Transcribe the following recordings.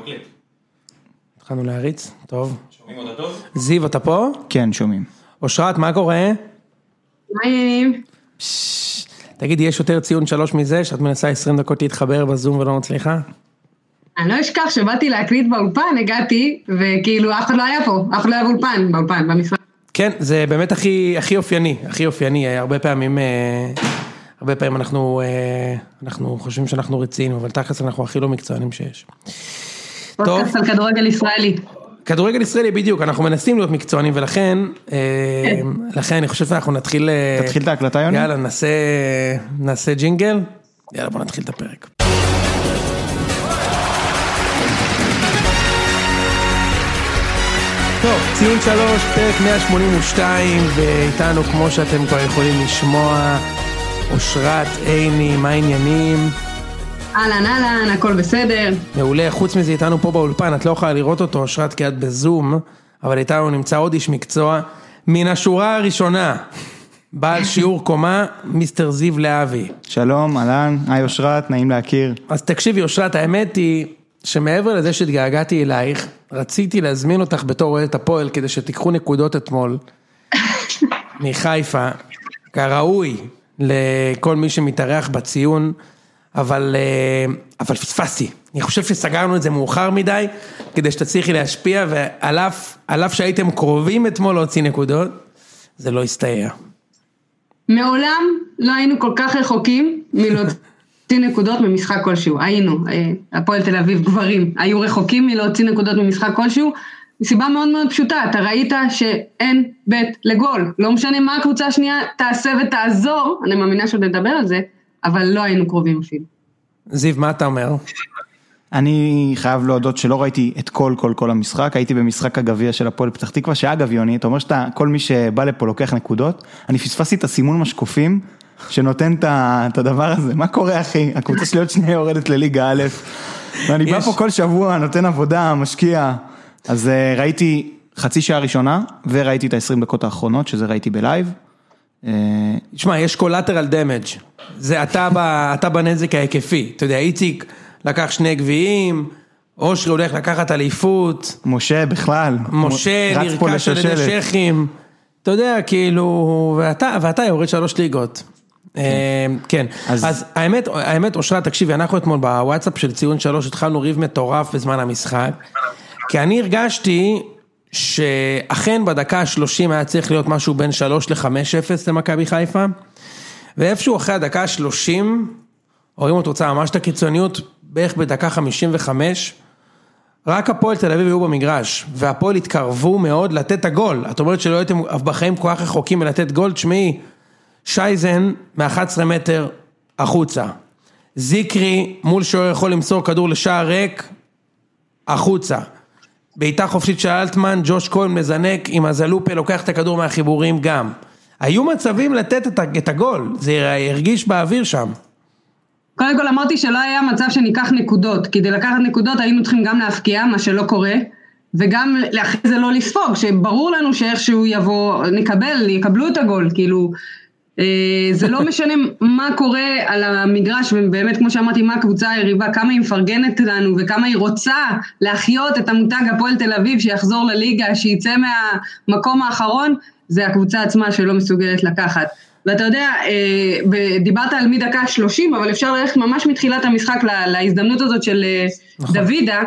מקליט. התחלנו להריץ, טוב. שומעים אותה טוב? זיו, אתה פה? כן, שומעים. אושרת, מה קורה? מה העניינים? תגידי, יש יותר ציון 3 מזה, שאת מנסה 20 דקות להתחבר בזום ולא מצליחה? אני לא אשכח שבאתי להקליט באולפן, הגעתי, וכאילו אף אחד לא היה פה, אף אחד לא היה באולפן, במשרד. כן, זה באמת הכי אופייני, הרבה פעמים אנחנו חושבים שאנחנו רציניים, אבל תכלס אנחנו הכי לא מקצוענים שיש. פודקאסט על כדורגל ישראלי. כדורגל ישראלי בדיוק, אנחנו מנסים להיות מקצוענים, ולכן אני חושב שאנחנו נתחיל... תתחיל את ההקלטה, יוני? יאללה, נעשה ג'ינגל. יאללה, בוא נתחיל את הפרק. טוב, ציון 3, פרק 182, ואיתנו, כמו שאתם כבר יכולים לשמוע, אושרת, עיני, מה העניינים? אהלן, הכל בסדר. מעולה, חוץ מזה איתנו פה באולפן, את לא יכולה לראות אותו, אושרת, כי את בזום, אבל איתנו נמצא עוד איש מקצוע, מן השורה הראשונה, בעל שיעור קומה, מיסטר זיו להבי. שלום, אהלן, היי אושרת, נעים להכיר. אז תקשיבי אושרת, האמת היא שמעבר לזה שהתגעגעתי אלייך, רציתי להזמין אותך בתור אוהדת הפועל, כדי שתיקחו נקודות אתמול, מחיפה, כראוי לכל מי שמתארח בציון, אבל פספסתי. אני חושב שסגרנו את זה מאוחר מדי, כדי שתצליחי להשפיע, ועל אף שהייתם קרובים אתמול להוציא נקודות, זה לא הסתייע. מעולם לא היינו כל כך רחוקים מלהוציא נקודות ממשחק כלשהו. היינו, הפועל תל אביב גברים, היו רחוקים מלהוציא נקודות ממשחק כלשהו, מסיבה מאוד מאוד פשוטה, אתה ראית שאין בית לגול, לא משנה מה הקבוצה השנייה תעשה ותעזור, אני מאמינה שעוד נדבר על זה, אבל לא היינו קרובים אפילו. זיו, מה אתה אומר? אני חייב להודות שלא ראיתי את כל המשחק, הייתי במשחק הגביע של הפועל פתח תקווה, שאגב יוני, אתה אומר כל מי שבא לפה לוקח נקודות, אני פספסתי את הסימון משקופים, שנותן את הדבר הזה, מה קורה אחי? הקבוצה שלי עוד שנייה יורדת לליגה א', ואני בא פה כל שבוע, נותן עבודה, משקיע, אז ראיתי חצי שעה ראשונה, וראיתי את ה-20 דקות האחרונות, שזה ראיתי בלייב. תשמע, יש collateral damage, זה אתה בנזק ההיקפי, אתה יודע, איציק לקח 2 גביעים, אושרי הולך לקחת אליפות, משה בכלל, משה נרכש על ידי שכים, אתה יודע, כאילו, ואתה יורד 3 ליגות. כן, אז האמת אושרת, תקשיבי, אנחנו אתמול בוואטסאפ של ציון 3, התחלנו ריב מטורף בזמן המשחק, כי אני הרגשתי שאכן בדקה ה-30 היה צריך להיות משהו בין 3 ל-5-0 למכבי חיפה, ואיפשהו אחרי הדקה ה-30, רואים אותו רוצה ממש את הקיצוניות, בערך בדקה 55, רק הפועל תל אביב היו במגרש, והפועל התקרבו מאוד לתת את הגול, את אומרת שלא הייתם בחיים כל כך רחוקים מלתת גול, תשמעי, שייזן מ-11 מטר החוצה, זיקרי מול שוער יכול למסור כדור לשער ריק, החוצה, בעיטה חופשית של אלטמן, ג'וש כהן מזנק, עם הזלופה לוקח את הכדור מהחיבורים גם, היו מצבים לתת את הגול, זה הרגיש באוויר שם. קודם כל אמרתי שלא היה מצב שניקח נקודות, כדי לקחת נקודות היינו צריכים גם להפקיע, מה שלא קורה, וגם לאחרי זה לא לספוג, שברור לנו שאיכשהו יבוא, יקבלו את הגול, כאילו, זה לא משנה מה קורה על המגרש, ובאמת כמו שאמרתי, מה הקבוצה היריבה, כמה היא מפרגנת לנו, וכמה היא רוצה להחיות את המותג הפועל תל אביב, שיחזור לליגה, שיצא מהמקום האחרון, זה הקבוצה עצמה שלא מסוגלת לקחת. ואתה יודע, דיברת על מדקה 30, אבל אפשר ללכת ממש מתחילת המשחק להזדמנות הזאת של דוידה,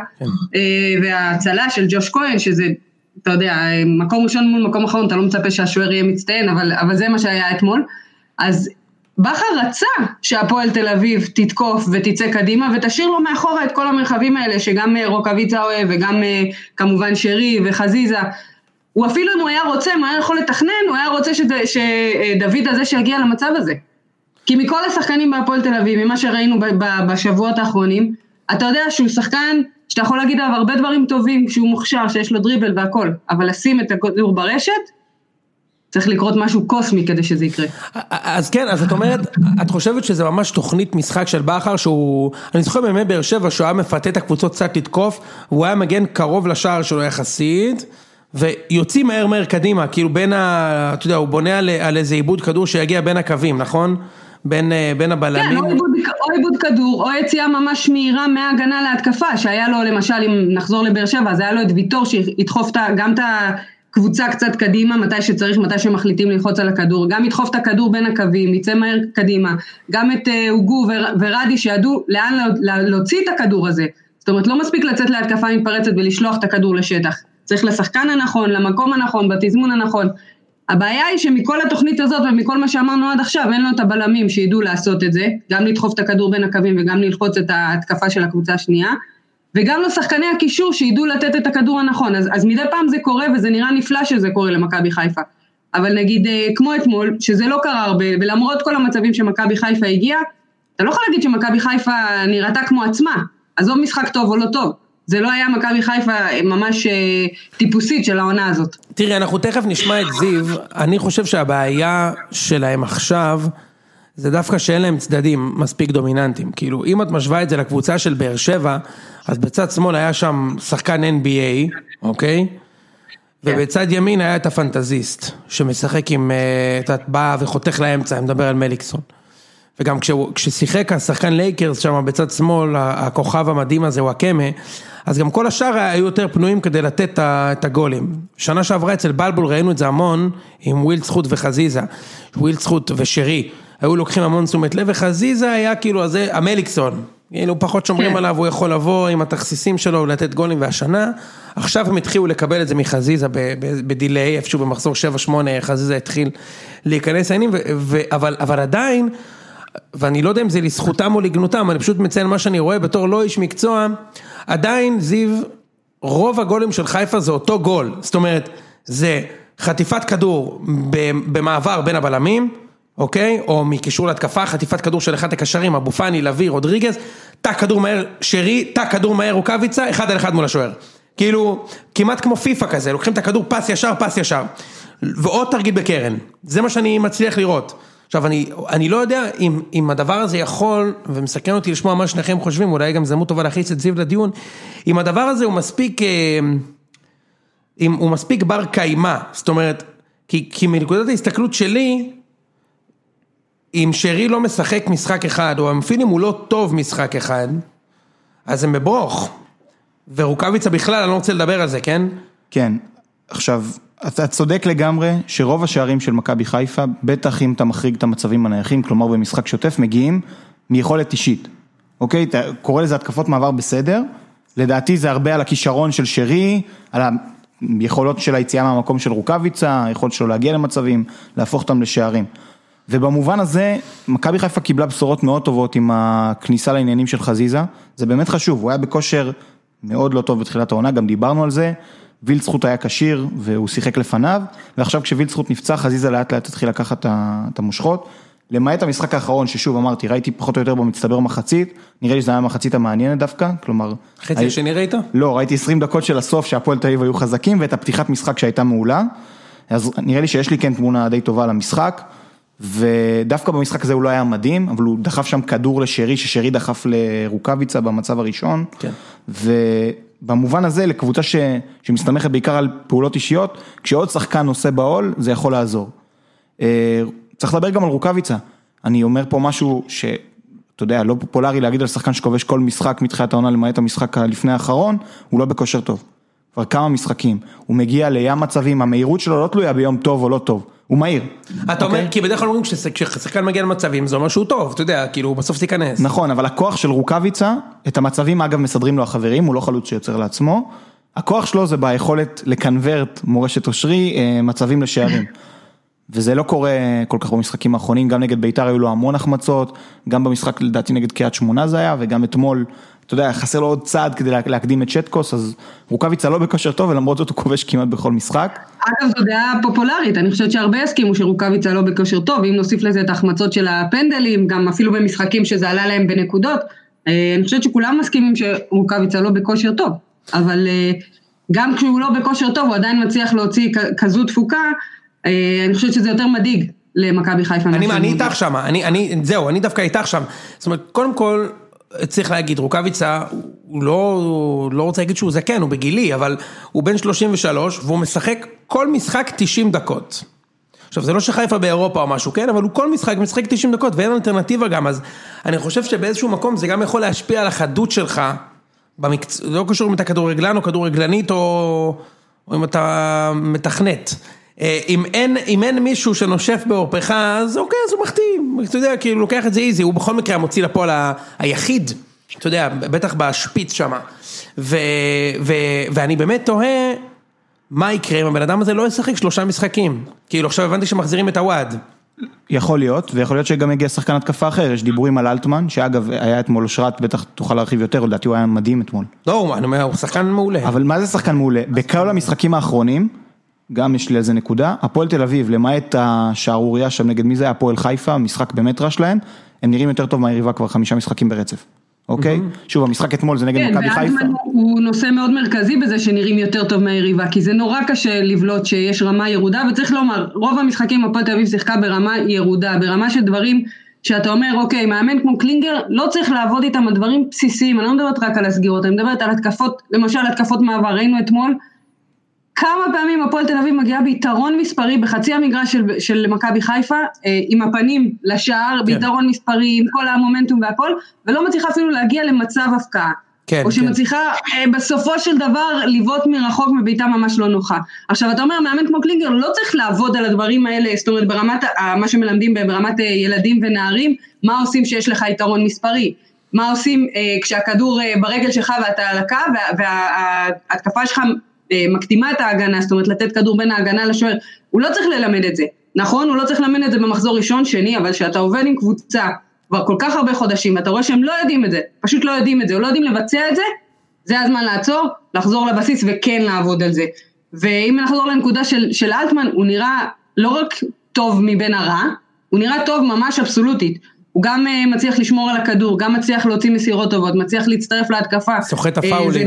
וההצלה של ג'וש כהן, שזה, אתה יודע, מקום ראשון מול מקום אחרון, אתה לא מצפה שהשוער יהיה מצטיין, אבל זה מה שהיה אתמול. אז בכר רצה שהפועל תל אביב תתקוף ותצא קדימה, ותשאיר לו מאחורה את כל המרחבים האלה, שגם רוקביצה אוהב, וגם כמובן שרי וחזיזה, הוא אפילו אם הוא היה רוצה, אם הוא היה יכול לתכנן, הוא היה רוצה שדוד הזה שיגיע למצב הזה. כי מכל השחקנים בהפועל תל אביב, ממה שראינו בשבועות האחרונים, אתה יודע שהוא שחקן, שאתה יכול להגיד עליו הרבה דברים טובים, שהוא מוכשר, שיש לו דריבל והכל, אבל לשים את הכדור ברשת, צריך לקרות משהו קוסמי כדי שזה יקרה. אז כן, אז את אומרת, את חושבת שזה ממש תוכנית משחק של בכר, שהוא, אני זוכר באמת באר שבע, שהוא היה מפתה את הקבוצות קצת לתקוף, והוא היה מגן קרוב לשער שלו יחסית, ויוצאים מהר קדימה, כאילו בין אתה יודע, הוא בונה על איזה עיבוד כדור שיגיע בין הקווים, נכון? בין הבלמים. כן, או עיבוד כדור, או יציאה ממש מהירה מההגנה להתקפה, שהיה לו למשל, אם נחזור לבאר שבע, אז היה לו את ויטור שידחוף גם את הקבוצה קצת קדימה, מתי שצריך, מתי שמחליטים ללחוץ על הכדור, גם ידחוף את הכדור בין הקווים, יצא מהר קדימה, גם את אוגו ורדי שידעו לאן להוציא את הכדור הזה, זאת אומרת לא מספיק לצאת להתקפה מתפרצת ולשלוח את הכדור לשטח, צריך לשחקן הנכון, למקום הנכון, בתזמון הנכון, הבעיה היא שמכל התוכנית הזאת ומכל מה שאמרנו עד עכשיו, אין לו את הבלמים שידעו לעשות את זה, גם לדחוף את הכדור בין הקווים וגם ללחוץ את ההתקפה של הקבוצה השנייה, וגם לשחקני הקישור שידעו לתת את הכדור הנכון, אז מדי פעם זה קורה וזה נראה נפלא שזה קורה למכבי חיפה, אבל נגיד כמו אתמול, שזה לא קרה הרבה, ולמרות כל המצבים שמכבי חיפה הגיעה, אתה לא יכול להגיד שמכבי חיפה נראתה כמו עצמה, עזוב משחק טוב או לא טוב, זה לא היה מכבי חיפה ממש טיפוסית של העונה הזאת. תראי, אנחנו תכף נשמע את זיו, אני חושב שהבעיה שלהם עכשיו, זה דווקא שאין להם צדדים מספיק דומיננטיים, כאילו אם את משווה את זה לקבוצה של באר שבע, אז בצד שמאל היה שם שחקן NBA, אוקיי? ובצד ימין היה את הפנטזיסט, שמשחק עם, את בא וחותך לאמצע, אני מדבר על מליקסון. וגם כששיחק השחקן לייקרס שם בצד שמאל, הכוכב המדהים הזה הוא הקמה, אז גם כל השאר היו יותר פנויים כדי לתת את הגולים. שנה שעברה אצל בלבול ראינו את זה המון, עם ווילד זכות וחזיזה, ווילד זכות ושרי, היו לוקחים המון תשומת לב, וחזיזה היה כאילו הזה, המליקסון, כאילו פחות שומרים עליו, הוא יכול לבוא עם התכסיסים שלו ולתת גולים, והשנה, עכשיו הם התחילו לקבל את זה מחזיזה בדילי, איפשהו במחזור 7-8, חזיזה התחיל להיכנס העניינים, אבל עדיין, ואני לא יודע אם זה לזכותם או לגנותם, אני פשוט מציין מה שאני רואה בתור לא איש מקצוע, עדיין זיו, רוב הגולים של חיפה זה אותו גול, זאת אומרת, זה חטיפת כדור במעבר בין הבלמים, אוקיי? או מקישור להתקפה, חטיפת כדור של אחד הקשרים, אבו פאני, לוי, רודריגז, תק כדור מהר שרי, תק כדור מהר רוקאביצה, 1-1 מול השוער. כאילו, כמעט כמו פיפה כזה, לוקחים את הכדור פס ישר, ועוד תרגיל בקרן. זה מה שאני מצליח לראות. עכשיו, אני לא יודע אם הדבר הזה יכול, ומסכן אותי לשמוע מה שניכם חושבים, אולי גם זמות טובה להכניס את זיו לדיון, אם הדבר הזה הוא מספיק בר קיימה, זאת אומרת, כי מנקודת ההסתכלות שלי, אם שרי לא משחק משחק אחד, או אפילו אם הוא לא טוב משחק אחד, אז הם בברוך. ורוקאביצה בכלל, אני לא רוצה לדבר על זה, כן? כן. עכשיו, אתה צודק לגמרי שרוב השערים של מכבי חיפה, בטח אם אתה מחריג את המצבים הנייחים, כלומר במשחק שוטף, מגיעים מיכולת אישית. אוקיי? אתה קורא לזה התקפות מעבר בסדר, לדעתי זה הרבה על הכישרון של שרי, על היכולות של היציאה מהמקום של רוקאביצה, היכולת שלו להגיע למצבים, להפוך אותם לשערים. ובמובן הזה, מכבי חיפה קיבלה בשורות מאוד טובות עם הכניסה לעניינים של חזיזה, זה באמת חשוב, הוא היה בכושר מאוד לא טוב בתחילת העונה, גם דיברנו על זה, וילצחוט היה קשיר והוא שיחק לפניו, ועכשיו כשווילצחוט נפצע, חזיזה לאט לאט התחיל לקחת את המושכות, למעט המשחק האחרון ששוב אמרתי, ראיתי פחות או יותר במצטבר מחצית, נראה לי שזה היה מחצית המעניינת דווקא, כלומר... חצי השני ראית? לא, ראיתי 20 דקות של הסוף שהפועל תל אביב היו חזקים, ואת הפתיחת משחק שהייתה מעולה, אז נראה לי שיש לי כן תמונה די טובה למשחק, ודווקא במשחק הזה הוא לא היה מדהים, אבל הוא דחף שם כדור לשרי, ששרי דחף לרוקאביצה במצב הראשון, כן. ובמובן הזה לקבוצה שמסתמכת בעיקר על פעולות אישיות, כשעוד שחקן עושה בעול, זה יכול לעזור. צריך לדבר גם על רוקאביצה, אני אומר פה משהו אתה יודע, לא פופולרי להגיד על שחקן שכובש כל משחק מתחילת העונה למעט המשחק לפני האחרון, הוא לא בכושר טוב. כבר כמה משחקים, הוא מגיע לים מצבים, המהירות שלו לא תלויה ביום טוב או לא טוב, הוא מהיר. אתה אומר, כי בדרך כלל אומרים כששחקן מגיע למצבים, זה אומר שהוא טוב, אתה יודע, כאילו בסוף תיכנס. נכון, אבל הכוח של רוקאביצה, את המצבים אגב מסדרים לו החברים, הוא לא חלוץ שיוצר לעצמו, הכוח שלו זה ביכולת לקנברט מורשת אושרי, מצבים לשערים. וזה לא קורה כל כך במשחקים האחרונים, גם נגד ביתר היו לו המון החמצות, גם במשחק לדעתי נגד קריית שמונה זה היה, וגם אתמול, אתה יודע, חסר לו עוד צעד כדי להקדים את שטקוס, אז רוקאביצה לא בכושר טוב, ולמרות זאת הוא כובש כמעט בכל משחק. אגב, זו דעה פופולרית, אני חושבת שהרבה הסכימו שרוקאביצה לא בכושר טוב, אם נוסיף לזה את ההחמצות של הפנדלים, גם אפילו במשחקים שזה עלה להם בנקודות, אני חושבת שכולם מסכימים שרוקאביצה לא בכושר טוב, אבל גם כשהוא לא בכושר טוב, הוא עדיין מצליח להוציא כזו תפוקה, אני חושבת שזה יותר מדאיג למכבי חיפה. אני איתך שם, אני דווקא איתך שם, זאת אומרת, קודם כל, צריך להגיד, רוקאביצה, הוא לא רוצה להגיד שהוא זקן, הוא בגילי, אבל הוא בן 33, והוא משחק כל משחק 90 דקות. עכשיו זה לא שחיפה באירופה או משהו, כן, אבל הוא כל משחק 90 דקות, ואין אלטרנטיבה גם, אז אני חושב שבאיזשהו מקום זה גם יכול להשפיע על החדות שלך, לא קשור אם אתה כדורגלן או כדורגלנית, או אם אתה מתכנת. אם אין מישהו שנושף באורפך, אז אוקיי, אז הוא מחתים, אתה יודע, כאילו לוקח את זה איזי, הוא בכל מקרה המוציא לפועל היחיד, אתה יודע, בטח בשפיץ שמה, ואני באמת תוהה, מה יקרה אם הבן אדם הזה לא ישחק 3 משחקים? כאילו עכשיו הבנתי שמחזירים את הוואד. יכול להיות, ויכול להיות שגם יגיע שחקן התקפה אחר, יש דיבורים על אלטמן, שאגב היה אתמול אושרת, בטח תוכל להרחיב יותר, לדעתי הוא היה מדהים אתמול. לא, אני אומר, הוא שחקן מעולה. אבל מה זה שחקן מעולה? בכל המשחקים האחרונים, גם יש לי איזה נקודה, הפועל תל אביב, למעט השערוריה שם נגד מי זה, הפועל חיפה, משחק במטרה שלהם, הם נראים יותר טוב מהיריבה כבר 5 משחקים ברצף. אוקיי? שוב, המשחק אתמול זה נגד מכבי חיפה. ואלטמן הוא נושא מאוד מרכזי בזה שנראים יותר טוב מהיריבה, כי זה נורא קשה לבלוט שיש רמה ירודה, וצריך לומר, רוב המשחקים הפועל תל אביב שיחקה ברמה ירודה, ברמה של דברים שאתה אומר, אוקיי, מאמן כמו קלינגר, לא צריך לעבוד איתם על דברים בסיסיים, אני לא מדברת רק על הסגירות, אני מדברת על התקפות, למשל התקפות מעבר, ראינו אתמול, כמה פעמים הפועל תל אביב מגיעה ביתרון מספרי בחצי המגרש של מכבי חיפה, עם הפנים לשער, ביתרון מספרי, עם כל המומנטום והכל, ולא מצליחה אפילו להגיע למצב הפקעה. או שמצליחה בסופו של דבר לבעוט מרחוק מביתה ממש לא נוחה. עכשיו אתה אומר, מאמן כמו קלינגר לא צריך לעבוד על הדברים האלה, זאת אומרת ברמת, מה שמלמדים ברמת ילדים ונערים, מה עושים שיש לך יתרון מספרי, מה עושים כשהכדור ברגל שלך ואתה על הקו, וההתקפה שלך מקדימה את ההגנה, זאת אומרת לתת כדור בין ההגנה לשוער, הוא לא צריך ללמד את זה, נכון? הוא לא צריך ללמד את זה במחזור ראשון, שני, אבל שאתה עובד עם קבוצה כבר כל כך הרבה חודשים, ואתה רואה שהם לא יודעים את זה, פשוט לא יודעים את זה, או לא יודעים לבצע את זה, זה הזמן לעצור, לחזור לבסיס וכן לעבוד על זה. ואם נחזור לנקודה של אלטמן, הוא נראה לא רק טוב מבין הרע, הוא נראה טוב ממש אבסולוטית, הוא גם מצליח לשמור על הכדור, גם מצליח להוציא מסירות טובות, מצליח להצטרף להתקפה. סוחט הפאולים.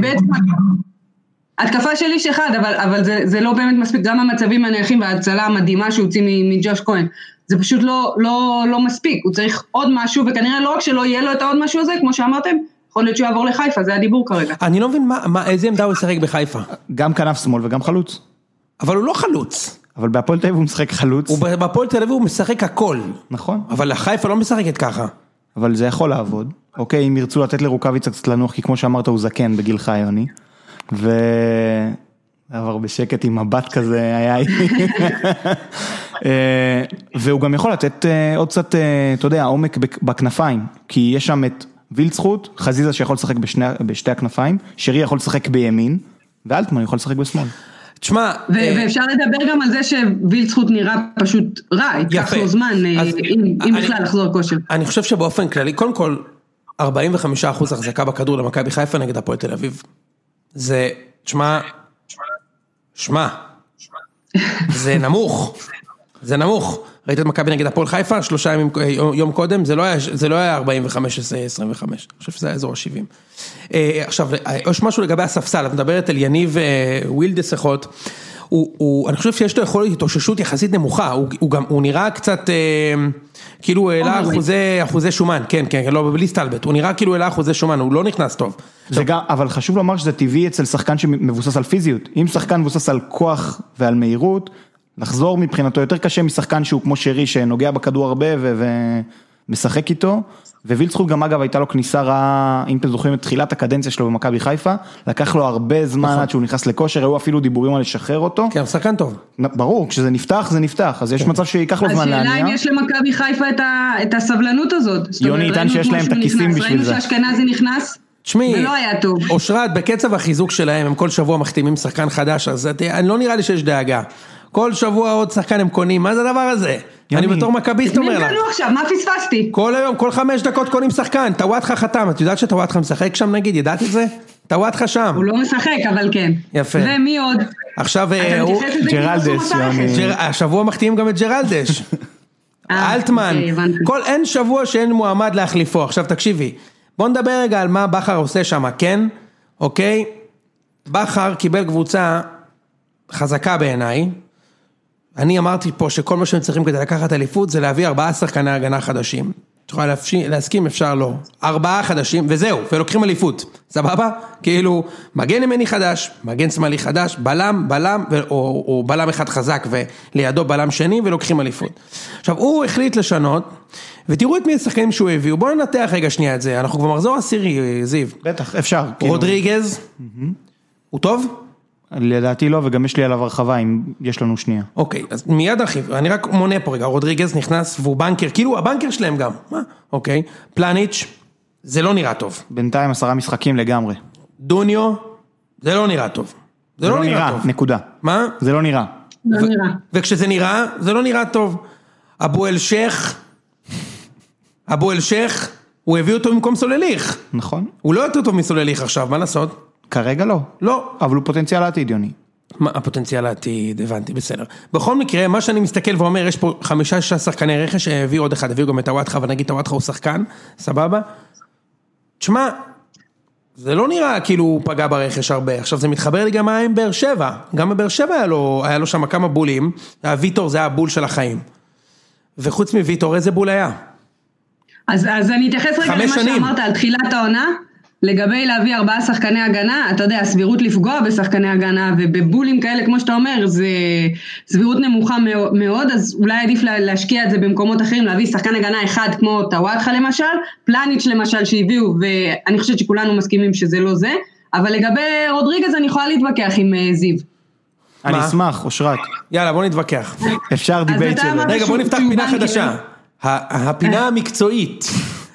התקפה של איש אחד, אבל זה לא באמת מספיק, גם המצבים הנייחים וההצלה המדהימה שהוציא מג'וש כהן, זה פשוט לא מספיק, הוא צריך עוד משהו, וכנראה לא רק שלא יהיה לו את העוד משהו הזה, כמו שאמרתם, יכול להיות שהוא יעבור לחיפה, זה הדיבור כרגע. אני לא מבין איזה עמדה הוא ישחק בחיפה. גם כנף שמאל וגם חלוץ. אבל הוא לא חלוץ. אבל בהפועל תל אביב הוא משחק חלוץ. בהפועל תל אביב הוא משחק הכל. נכון. אבל חיפה לא משחקת ככה. אבל זה יכול לעבוד. אוקיי, אם ירצו לתת לרוקאביצה קצת לנוח, כי כמו שאמרת הוא זקן בגילך יוני. ועבר בשקט עם מבט כזה היה והוא גם יכול לתת עוד קצת, אתה יודע, עומק בכנפיים, כי יש שם את וילצחוט, חזיזה שיכול לשחק בשתי הכנפיים, שרי יכול לשחק בימין, ואלטמן יכול לשחק בשמאל. תשמע, ואפשר לדבר גם על זה שווילצחוט נראה פשוט רע, ייקח לו זמן, אם בכלל לחזור כושר. אני חושב שבאופן כללי, קודם כל, 45% החזקה בכדור למכבי חיפה נגד הפועל תל אביב. זה, שמע, זה נמוך, ראית את מכבי נגד הפועל חיפה, 3 יום קודם, זה לא היה 45-25, אני חושב שזה היה אזור ה-70. עכשיו, יש משהו לגבי הספסל, את מדברת על יניב ווילדס אחות, אני חושב שיש לו יכולת התאוששות יחסית נמוכה, הוא נראה קצת, כאילו הוא העלה אחוזי שומן, כן, לא בלי סטלבט, הוא נראה כאילו הוא העלה אחוזי שומן, הוא לא נכנס טוב. אבל חשוב לומר שזה טבעי אצל שחקן שמבוסס על פיזיות, אם שחקן מבוסס על כוח ועל מהירות, לחזור מבחינתו יותר קשה משחקן שהוא כמו שרי שנוגע בכדור הרבה ומשחק איתו, ווילצחוט גם אגב הייתה לו כניסה רעה, אם אתם זוכרים את תחילת הקדנציה שלו במכבי חיפה, לקח לו הרבה זמן עד שהוא נכנס לכושר, היו אפילו דיבורים על לשחרר אותו. כן, שחקן טוב. ברור, כשזה נפתח, זה נפתח, אז יש מצב שיקח לו זמן להניע. השאלה אם יש למכבי חיפה את הסבלנות הזאת. יוני איתן שיש להם את הכיסים בשביל זה. ראינו שאשכנזי נכנס, ולא היה טוב. אושרת, בקצב החיזוק שלהם, הם כל שבוע מחתימים שחקן חדש, אז אני לא נראה לי שיש דאגה. כל שבוע עוד שחקן הם קונים, מה זה הדבר הזה? אני בתור מכביסט אומר לה. מה פספסתי? כל היום, כל 5 דקות קונים שחקן, טוואטחה חתם, את יודעת שטוואטחה משחק שם נגיד, ידעת את זה? טוואטחה שם. הוא לא משחק, אבל כן. יפה. ומי עוד? עכשיו, ג'רלדש. השבוע מחתימים גם את ג'רלדש. אלטמן. אין שבוע שאין מועמד להחליפו. עכשיו תקשיבי, בוא נדבר רגע על מה בכר עושה שם, כן? אוקיי? בכר קיבל קבוצה חזקה בעיניי, אני אמרתי פה שכל מה שהם צריכים כדי לקחת אליפות זה להביא 4 שחקני הגנה חדשים. את יכולה להסכים, אפשר לא. 4 חדשים, וזהו, ולוקחים אליפות. סבבה? כאילו, מגן ימני חדש, מגן שמאלי חדש, בלם, או בלם אחד חזק, ולידו בלם שני, ולוקחים אליפות. עכשיו, הוא החליט לשנות, ותראו את מי השחקנים שהוא הביאו. בואו ננתח רגע שנייה את זה. אנחנו כבר מחזור עשירי, זיו. בטח, אפשר. רודריגז, הוא טוב? לדעתי לא, וגם יש לי עליו הרחבה, אם יש לנו שנייה. אוקיי, אז מיד ארחיב, אני רק מונה פה רגע, רודריגז נכנס והוא בנקר, כאילו הבנקר שלהם גם, אוקיי, פלניץ', זה לא נראה טוב. בינתיים 10 משחקים לגמרי. דוניו, זה לא נראה טוב. זה לא נראה טוב. נקודה. מה? זה לא נראה. לא נראה. וכשזה נראה, זה לא נראה טוב. אבו אל שייח, הוא הביא אותו במקום סולליך. נכון. הוא לא יותר טוב מסולליך עכשיו, מה לעשות? כרגע לא. לא. אבל הוא פוטנציאל העתיד, יוני. מה, הפוטנציאל העתיד, הבנתי, בסדר. בכל מקרה, מה שאני מסתכל ואומר, יש פה 5-6 שחקני רכש שהביאו עוד אחד, הביאו גם את הוואטחה, ונגיד את הוואטחה הוא שחקן, סבבה? תשמע, זה לא נראה כאילו הוא פגע ברכש הרבה, עכשיו זה מתחבר לי גם עם באר שבע, גם בבאר שבע היה לו שם כמה בולים, ויטור זה היה הבול של החיים, וחוץ מוויטור איזה בול היה? אז אני אתייחס רגע למה שאמרת על תחילת העונה, לגבי להביא 4 שחקני הגנה, אתה יודע, הסבירות לפגוע בשחקני הגנה, ובבולים כאלה, כמו שאתה אומר, זה סבירות נמוכה מאוד, אז אולי עדיף להשקיע את זה במקומות אחרים, להביא שחקן הגנה אחד, כמו טוואטחה למשל, פלניץ' למשל שהביאו, ואני חושבת שכולנו מסכימים שזה לא זה, אבל לגבי רודריגז אני יכולה להתווכח עם זיו. אני אשמח, אושרת. יאללה, בוא נתווכח. אפשר דיבייט שלו. רגע, בוא נפתח פינה חדשה. הפינה המקצועית.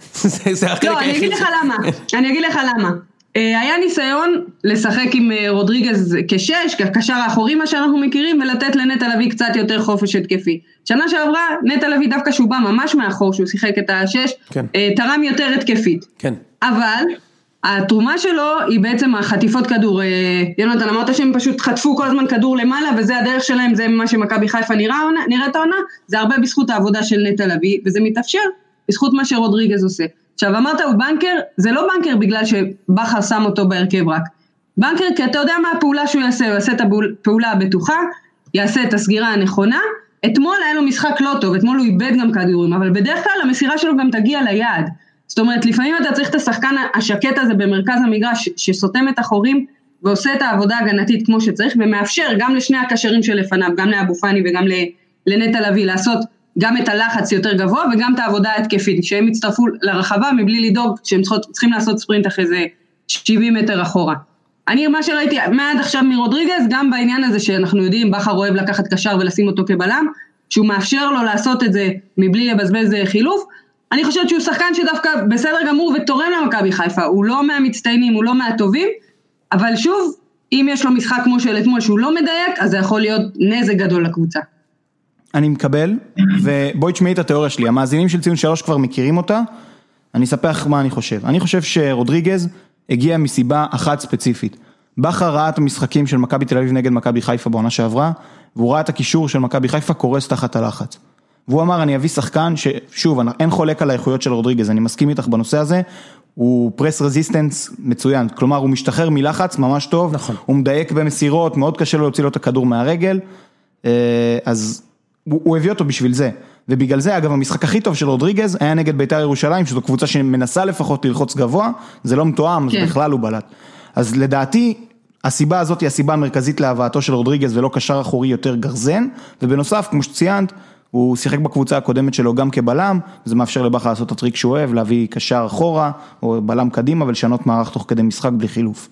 לא, אני אגיד לך למה. היה ניסיון לשחק עם רודריגז כשש, כקשר האחורי מה שאנחנו מכירים, ולתת לנטע לביא קצת יותר חופש התקפי. שנה שעברה, נטע לביא דווקא שהוא בא ממש מאחור, שהוא שיחק את השש, תרם יותר התקפית. כן. אבל התרומה שלו היא בעצם החטיפות כדור. יונתן, אמרת שהם פשוט חטפו כל הזמן כדור למעלה, וזה הדרך שלהם, זה מה שמכבי חיפה נראית העונה, זה הרבה בזכות העבודה של נטע לביא, וזה מתאפשר בזכות מה שרודריגז עושה. עכשיו אמרת הוא בנקר, זה לא בנקר בגלל שבחר שם אותו בהרכב רק. בנקר כי אתה יודע מה הפעולה שהוא יעשה, הוא יעשה את הפעולה הבטוחה, יעשה את הסגירה הנכונה, אתמול היה לו משחק לא טוב, אתמול הוא איבד גם כדורים, אבל בדרך כלל המסירה שלו גם תגיע ליעד. זאת אומרת, לפעמים אתה צריך את השחקן השקט הזה במרכז המגרש, שסותם את החורים, ועושה את העבודה הגנתית כמו שצריך, ומאפשר גם לשני הקשרים שלפניו, גם לאבו פאני וגם לנטע לביא, לעשות גם את הלחץ יותר גבוה, וגם את העבודה ההתקפית, שהם יצטרפו לרחבה, מבלי לדאוג שהם צריכים לעשות ספרינט אחרי זה 70 מטר אחורה. מה שראיתי מעד עכשיו מרודריגז, גם בעניין הזה שאנחנו יודעים, בחר אוהב לקחת קשר ולשים אותו כבלם, שהוא מאפשר לו לעשות את זה מבלי לבזבז חילוף, אני חושבת שהוא שחקן שדווקא בסדר גמור ותורם למכבי חיפה, הוא לא מהמצטיינים, הוא לא מהטובים, אבל שוב, אם יש לו משחק כמו של אתמול שהוא לא מדייק, אז זה יכול להיות נזק גדול לקבוצה. אני מקבל, ובואי תשמעי את התיאוריה שלי, המאזינים של ציון 3 כבר מכירים אותה, אני אספר לך מה אני חושב. אני חושב שרודריגז הגיע מסיבה אחת ספציפית. בכר ראה את המשחקים של מכבי תל אביב נגד מכבי חיפה בעונה שעברה, והוא ראה את הקישור של מכבי חיפה קורס תחת הלחץ. והוא אמר, אני אביא שחקן ששוב, אין חולק על האיכויות של רודריגז, אני מסכים איתך בנושא הזה, הוא פרס רזיסטנס מצוין, כלומר הוא משתחרר מלחץ ממש טוב, נכון. הוא מדייק במסירות, מאוד קשה לו להוציא לו את הכדור מהרגל, אז הוא הביא אותו בשביל זה, ובגלל זה אגב המשחק הכי טוב של רודריגז היה נגד בית"ר ירושלים, שזו קבוצה שמנסה לפחות ללחוץ גבוה, זה לא מתואם, אז בכלל הוא בלט. אז לדעתי, הסיבה הזאת היא הסיבה המרכזית להבאתו של רודריגז, ולא קשר אחורי יותר גרזן, ובנוסף, כמו שציינת, הוא שיחק בקבוצה הקודמת שלו גם כבלם, זה מאפשר לבכר לעשות את הטריק שהוא אוהב, להביא קשר אחורה, או בלם קדימה, ולשנות מערך תוך כדי משחק בלי חילוף.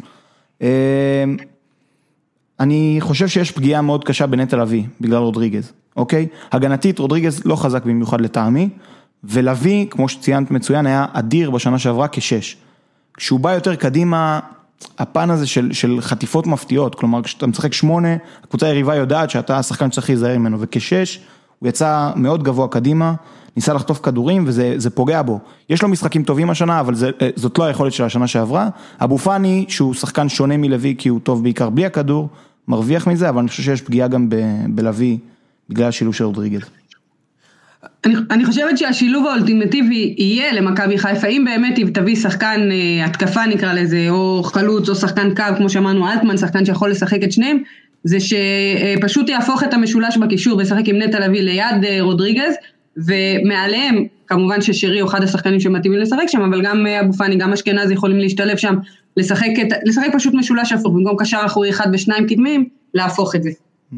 אני חושב שיש פגיעה מאוד קשה בנטע לביא, בגלל רודריגז, אוקיי? הגנתית, רודריגז לא חזק במיוחד לטעמי, ולביא, כמו שציינת מצוין, היה אדיר בשנה שעברה כשש. כשהוא בא יותר קדימה, הפן הזה של חטיפות מפתיעות, כלומר, כשאתה משחק 8, הקבוצה היריבה יודעת שאתה השחקן שצריך להיזהר ממנו, וכשש, הוא יצא מאוד גבוה קדימה, ניסה לחטוף כדורים, וזה פוגע בו. יש לו משחקים טובים השנה, אבל זאת לא היכולת של השנה שעברה. אבו פאני, שהוא שחקן שונה מלוי, כי הוא טוב בעיקר בלי הכדור, מרוויח מזה, אבל אני חושב שיש פגיעה גם בלוי, בגלל השילוב של רודריגז. אני חושבת שהשילוב האולטימטיבי יהיה למכבי חיפה, אם באמת תביא שחקן התקפה נקרא לזה, או חלוץ או שחקן קו, כמו שאמרנו אלטמן, שחקן שיכול לשחק את שניהם, זה שפשוט יהפוך את המשולש בקישור וישחק עם נטע לביא ליד רודריגז, ומעליהם, כמובן ששירי הוא אחד השחקנים שמתאימים לשחק שם, אבל גם אבו פאני, גם אשכנזי יכולים להשתלב שם, לשחק פשוט משולש הפוך, במקום קשר אחורי אחד ושניים קדמיים, להפוך את זה.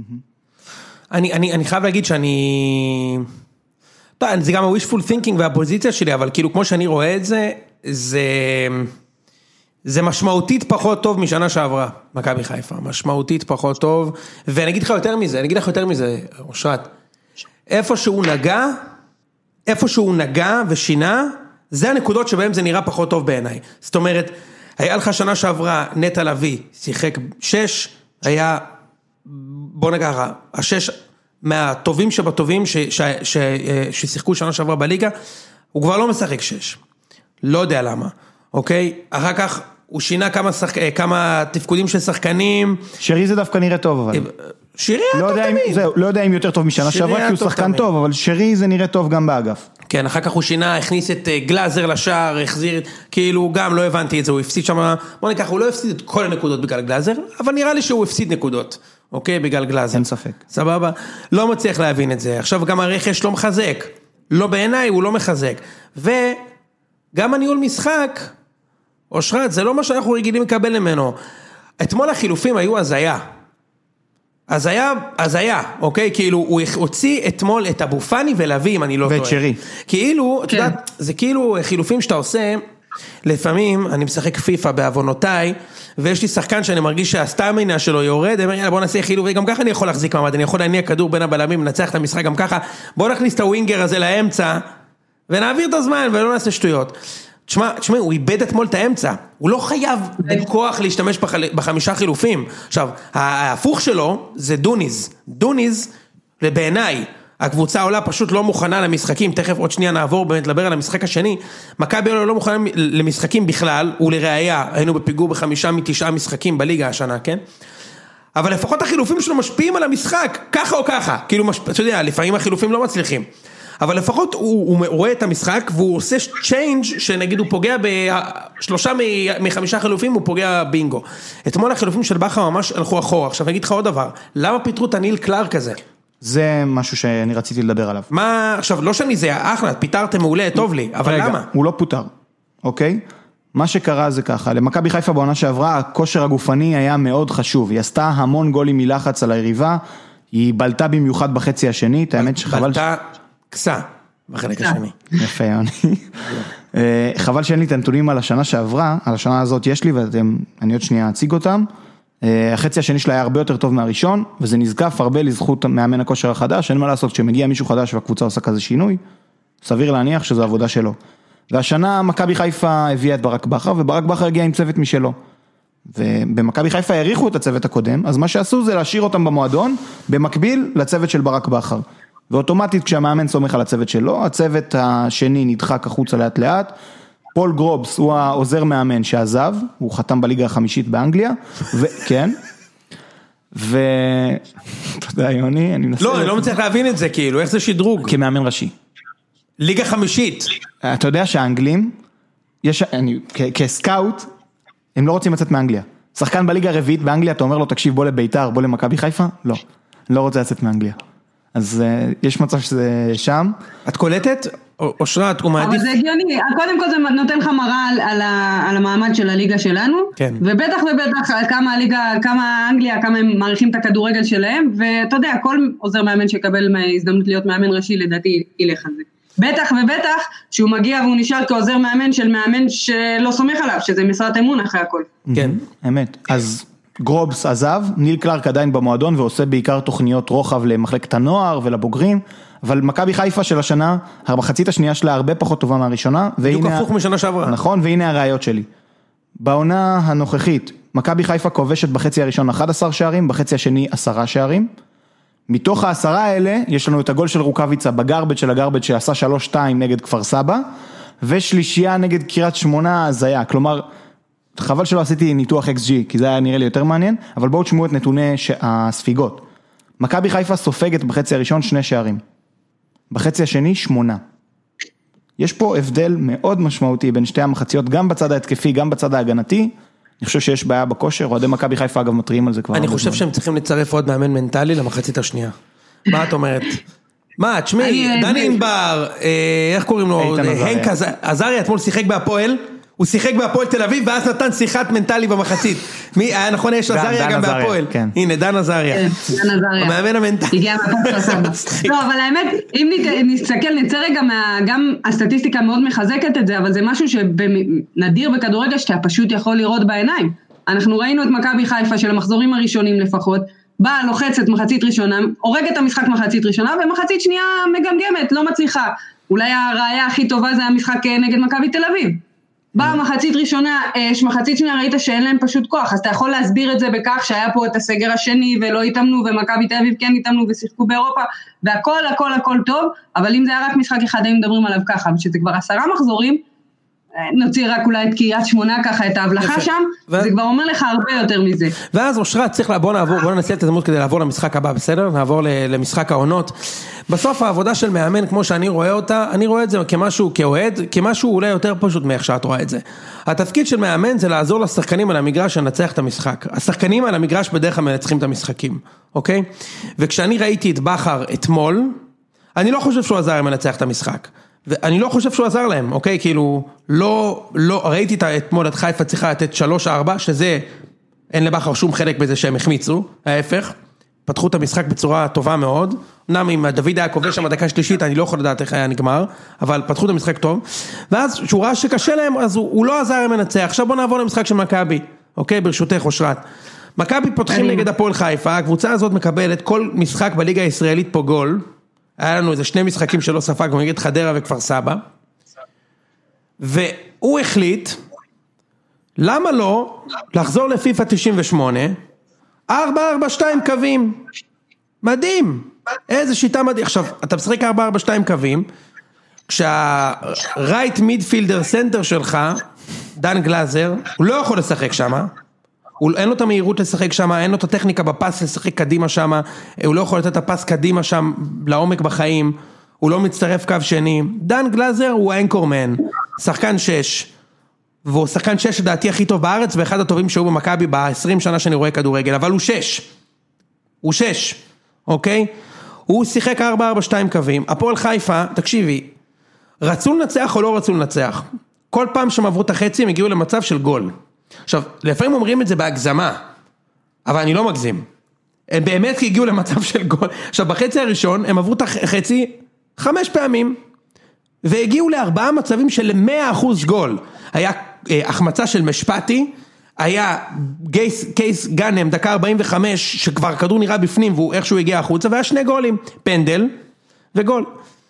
אני חייב להגיד שאני... טוב, זה גם ה-wishful thinking והפוזיציה שלי, אבל כאילו כמו שאני רואה את זה, זה משמעותית פחות טוב משנה שעברה, מכבי חיפה, משמעותית פחות טוב, ואני אגיד לך יותר מזה, אושרת, איפה שהוא נגע ושינה, זה הנקודות שבהם זה נראה פחות טוב בעיניי. זאת אומרת, היה לך שנה שעברה, נטע לביא, שיחק 6, היה, בוא נגע, 6 מהטובים שבטובים ששיחקו שנה שעברה בליגה, הוא כבר לא משחק 6. לא יודע למה, אוקיי? אחר כך הוא שינה כמה תפקודים של שחקנים. שרי זה דווקא נראה טוב, אבל. שרי היה טוב תמיד. לא יודע אם יותר טוב משנה שעברה, כי הוא שחקן טוב, אבל שרי זה נראה טוב גם באגף. כן, אחר כך הוא שינה, הכניס את גלאזר לשער, החזיר, כאילו גם לא הבנתי את זה, הוא הפסיד שם, בוא ניקח, הוא לא הפסיד את כל הנקודות בגלל גלאזר, אבל נראה לי שהוא הפסיד נקודות, אוקיי, בגלל גלאזר. אין ספק. סבבה? לא מצליח להבין את זה. עכשיו גם הרכש לא מחזק. לא בעיניי, הוא לא מחזק. וגם הניהול משחק, אושרת, זה לא מה שאנחנו רגילים לקבל ממנו. אתמול החילופים היו הזיה, אוקיי? כאילו, הוא הוציא אתמול את אבו פאני ולוי, אם אני לא טועה. ואת שרי. כאילו, אתה יודעת, זה כאילו חילופים שאתה עושה, לפעמים אני משחק פיפה בעוונותיי, ויש לי שחקן שאני מרגיש שהסטאמינה שלו יורד, אני אומר, יאללה, בוא נעשה חילוף, וגם ככה אני יכול להחזיק מעמד, אני יכול להניע כדור בין הבלמים, נצח את המשחק גם ככה, בוא נכניס את הווינגר הזה לאמצע, ונעביר את הזמן, ולא נעשה שטויות. תשמע, הוא איבד אתמול את האמצע, הוא לא חייב בכוח להשתמש ב5 חילופים. עכשיו, ההפוך שלו זה דוניז, לבעיניי, הקבוצה עולה פשוט לא מוכנה למשחקים, תכף עוד שנייה נעבור באמת לדבר על המשחק השני, מכבי לא מוכנה למשחקים בכלל, ולראיה, היינו בפיגור ב5 מ9 משחקים בליגה השנה, כן? אבל לפחות החילופים שלו משפיעים על המשחק, ככה או ככה, כאילו, אתה יודע, לפעמים החילופים לא מצליחים. אבל לפחות הוא רואה את המשחק, והוא עושה צ'יינג' שנגיד הוא פוגע ב3 מ5 חילופים, הוא פוגע בינגו. אתמול החילופים של בכר ממש הלכו אחורה. עכשיו אני אגיד לך עוד דבר, למה פיטרו את הניל קלארק הזה? זה משהו שאני רציתי לדבר עליו. מה, עכשיו לא שאני זה אחלה, פיטרתם מעולה, טוב לי, אבל רגע, למה? הוא לא פוטר, אוקיי? מה שקרה זה ככה, למכבי חיפה בעונה שעברה, הכושר הגופני היה מאוד חשוב, היא עשתה המון גולים מלחץ על היריבה, היא בלטה במיוחד בחצי השני, האמת שחבל... בלטה קסה בחלק השני. יפה, יוני. חבל שאין לי את הנתונים על השנה שעברה, על השנה הזאת יש לי, ואני עוד שנייה אציג אותם. החצי השני שלה היה הרבה יותר טוב מהראשון, וזה נזקף הרבה לזכות מאמן הכושר החדש, אין מה לעשות, כשמגיע מישהו חדש והקבוצה עושה כזה שינוי, סביר להניח שזו עבודה שלו. והשנה מכבי חיפה הביאה את ברק בכר, וברק בכר הגיע עם צוות משלו. ובמכבי חיפה העריכו את הצוות הקודם, אז מה שעשו זה להשאיר אותם במועדון, במקביל לצוות של ברק בכר. ואוטומטית כשהמאמן סומך על הצוות שלו, הצוות השני נדחק החוצה לאט לאט, פול גרובס הוא העוזר מאמן שעזב, הוא חתם בליגה החמישית באנגליה, וכן, אתה יודע יוני, אני מנסה... לא, אני לא מצליח להבין את זה כאילו, איך זה שדרוג? כמאמן ראשי. ליגה חמישית. אתה יודע שהאנגלים, כסקאוט, הם לא רוצים לצאת מאנגליה. שחקן בליגה הרביעית באנגליה, אתה אומר לו, תקשיב, בוא לביתר, בוא למכבי חיפה? לא, לא רוצה לצאת מאנגליה. אז יש מצב שזה שם. את קולטת? אושרת, הוא מעדיף... אבל זה הגיוני, קודם כל זה נותן לך מראה על המעמד של הליגה שלנו, כן. ובטח כמה אנגליה, כמה הם מעריכים את הכדורגל שלהם, ואתה יודע, כל עוזר מאמן שיקבל הזדמנות להיות מאמן ראשי, לדעתי ילך על זה. בטח ובטח שהוא מגיע והוא נשאר כעוזר מאמן של מאמן שלא סומך עליו, שזה משרת אמון אחרי הכל. כן. אמת. אז גרובס עזב, ניל קלארק עדיין במועדון ועושה בעיקר תוכניות רוחב למחלקת הנוער ולבוגרים, אבל מכבי חיפה של השנה, המחצית השנייה שלה הרבה פחות טובה מהראשונה, בדיוק הפוך משנה שעברה. נכון, והנה הראיות שלי. בעונה הנוכחית, מכבי חיפה כובשת בחצי הראשון 11 שערים, בחצי השני 10 שערים. מתוך ה10 האלה, יש לנו את הגול של רוקאביצה בגרבג' של הגרבג' שעשה 3-2 נגד כפר סבא, ושלישייה נגד קריית שמונה הזיה, כלומר, חבל שלא עשיתי ניתוח XG, כי זה היה נראה לי יותר מעניין, אבל בואו תשמעו את נתוני הספיגות. מכבי חיפה סופגת בחצי הראשון 2 שערים. בחצי השני 8. יש פה הבדל מאוד משמעותי בין שתי המחציות, גם בצד ההתקפי, גם בצד ההגנתי. אני חושב שיש בעיה בכושר, אוהדי מכבי חיפה אגב מטריעים על זה כבר. אני חושב שהם צריכים לצרף עוד מאמן מנטלי למחצית השנייה. מה את אומרת? מה, תשמעי, דני ענבר, איך קוראים לו? הנק עזריה, אתמול שיחק בהפועל, הוא שיחק בהפועל תל אביב, ואז נתן שיחת מנטלי במחצית. היה נכון, יש עזריה גם בהפועל. הנה, דן עזריה. דן עזריה. המאמן המנטלי. הגיע מהפועל. לא, אבל האמת, אם נסתכל, נצא רגע גם הסטטיסטיקה מאוד מחזקת את זה, אבל זה משהו שנדיר בכדורגל שאתה פשוט יכול לראות בעיניים. אנחנו ראינו את מכבי חיפה של המחזורים הראשונים לפחות, באה לוחצת מחצית ראשונה, הורגת הממשחק מחצית ראשונה, ומחצית שנייה מגמגמת, לא מצליחה. אולי הראיה הכי טובה זה המשחק נגד מכבי תל אביב. באה מחצית ראשונה, מחצית שנייה ראית שאין להם פשוט כוח, אז אתה יכול להסביר את זה בכך שהיה פה את הסגר השני ולא התאמנו, ומכבי תל אביב כן התאמנו ושיחקו באירופה, והכל הכל הכל טוב, אבל אם זה היה רק משחק אחד היינו מדברים עליו ככה, ושזה כבר 10 מחזורים, נוציא רק אולי את קריית שמונה ככה, את ההבלחה שם, זה כבר אומר לך הרבה יותר מזה. ואז אושרת צריך, בוא ננסה את הזמות כדי לעבור למשחק הבא, בסדר? נעבור למשחק העונות. בסוף העבודה של מאמן, כמו שאני רואה אותה, אני רואה את זה כאוהד, כמשהו אולי יותר פשוט מאיך שאת רואה את זה. התפקיד של מאמן זה לעזור לשחקנים על המגרש לנצח את המשחק. השחקנים על המגרש בדרך כלל מנצחים את המשחקים, אוקיי? וכשאני ראיתי את בכר אתמול, אני לא חושב שהוא עזר לנצח את המשחק. ואני לא חושב שהוא עזר להם, אוקיי? כאילו, לא, ראיתי אתמול את חיפה צריכה לתת 3-4, שזה, אין לבכר שום חלק בזה שהם החמיצו, ההפך, פתחו את המשחק בצורה טובה מאוד, אמנם אם דוד היה כובש שם בדקה שלישית, אני לא יכול לדעת איך היה נגמר, אבל פתחו את המשחק טוב, ואז שהוא ראה שקשה להם, אז הוא לא עזר להם לנצח. עכשיו בוא נעבור למשחק של מכבי, אוקיי? ברשותך, אושרת. מכבי פותחים נגד הפועל חיפה, הקבוצה הזאת מקבלת כל משחק בליגה הישראלית פה גול, היה לנו איזה 2 משחקים שלא ספגנו נגד חדרה וכפר סבא, והוא החליט, למה לא לחזור לפיפה 98, 4-4-2 קווים, מדהים, איזה שיטה מדהים, עכשיו, אתה משחק 4-4-2 קווים, כשהרייט מידפילדר סנטר שלך, דן גלאזר, הוא לא יכול לשחק שמה, אין לו את המהירות לשחק שם, אין לו את הטכניקה בפס לשחק קדימה שם, הוא לא יכול לתת את הפס קדימה שם לעומק בחיים, הוא לא מצטרף קו שני. דן גלאזר הוא האנקורמן, שחקן 6, והוא שחקן 6 לדעתי הכי טוב בארץ, ואחד הטובים שהיו במכבי ב-20 שנה שאני רואה כדורגל, אבל הוא 6, הוא 6, אוקיי? הוא שיחק 4-4-2 קווים, הפועל חיפה, תקשיבי, רצו לנצח או לא רצו לנצח? כל פעם שהם עברו את החצי הם הגיעו למצב של גול. עכשיו, לפעמים אומרים את זה בהגזמה, אבל אני לא מגזים. הם באמת הגיעו למצב של גול. עכשיו, בחצי הראשון, הם עברו את החצי 5 פעמים, והגיעו ל4 מצבים של 100% גול. היה החמצה של משפטי, היה קייס גאנם, דקה 45, שכבר כדור נראה בפנים, והוא איכשהו הגיע החוצה, והיה 2 גולים, פנדל וגול.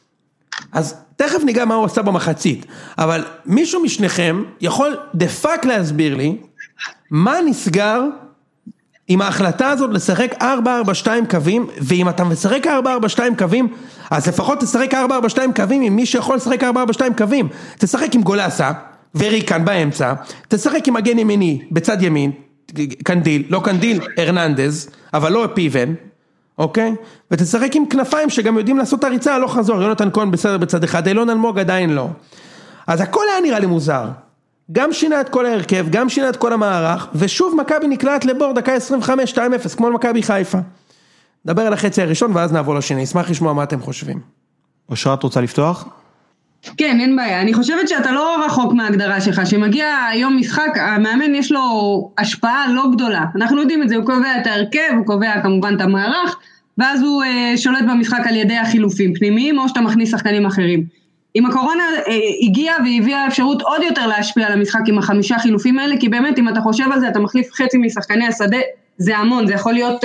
אז תכף ניגע מה הוא עשה במחצית, אבל מישהו משניכם יכול דפק להסביר לי מה נסגר עם ההחלטה הזאת לשחק 4-4-2 קווים, ואם אתה משחק 4-4-2 קווים, אז לפחות תשחק 4-4-2 קווים עם מי שיכול לשחק 4-4-2 קווים, תשחק עם גולסה וריקן באמצע, תשחק עם מגן ימיני בצד ימין, קנדיל, לא קנדיל, הרננדז, אבל לא פיבן, אוקיי? ותשחק עם כנפיים שגם יודעים לעשות את הריצה, לא חזור, יונתן כהן בסדר בצד אחד, אילון אלמוג עדיין לא. אז הכל היה נראה לי מוזר. גם שינה את כל ההרכב, גם שינה את כל המערך, ושוב מכבי נקלעת לבור, דקה 25, 2-0, כמו מכבי חיפה. נדבר על החצי הראשון, ואז נעבור לשני. אשמח לשמוע מה אתם חושבים. אושרת רוצה לפתוח? כן, אין בעיה. אני חושבת שאתה לא רחוק מההגדרה שלך, שמגיע היום משחק, המאמן יש לו השפעה לא גדולה. אנחנו יודעים את זה, הוא קובע את ההרכב, הוא קובע כמובן את המערך, ואז הוא שולט במשחק על ידי החילופים פנימיים, או שאתה מכניס שחקנים אחרים. אם הקורונה הגיעה והביאה אפשרות עוד יותר להשפיע על המשחק עם 5 חילופים האלה, כי באמת אם אתה חושב על זה, אתה מחליף חצי משחקני השדה, זה המון, זה יכול להיות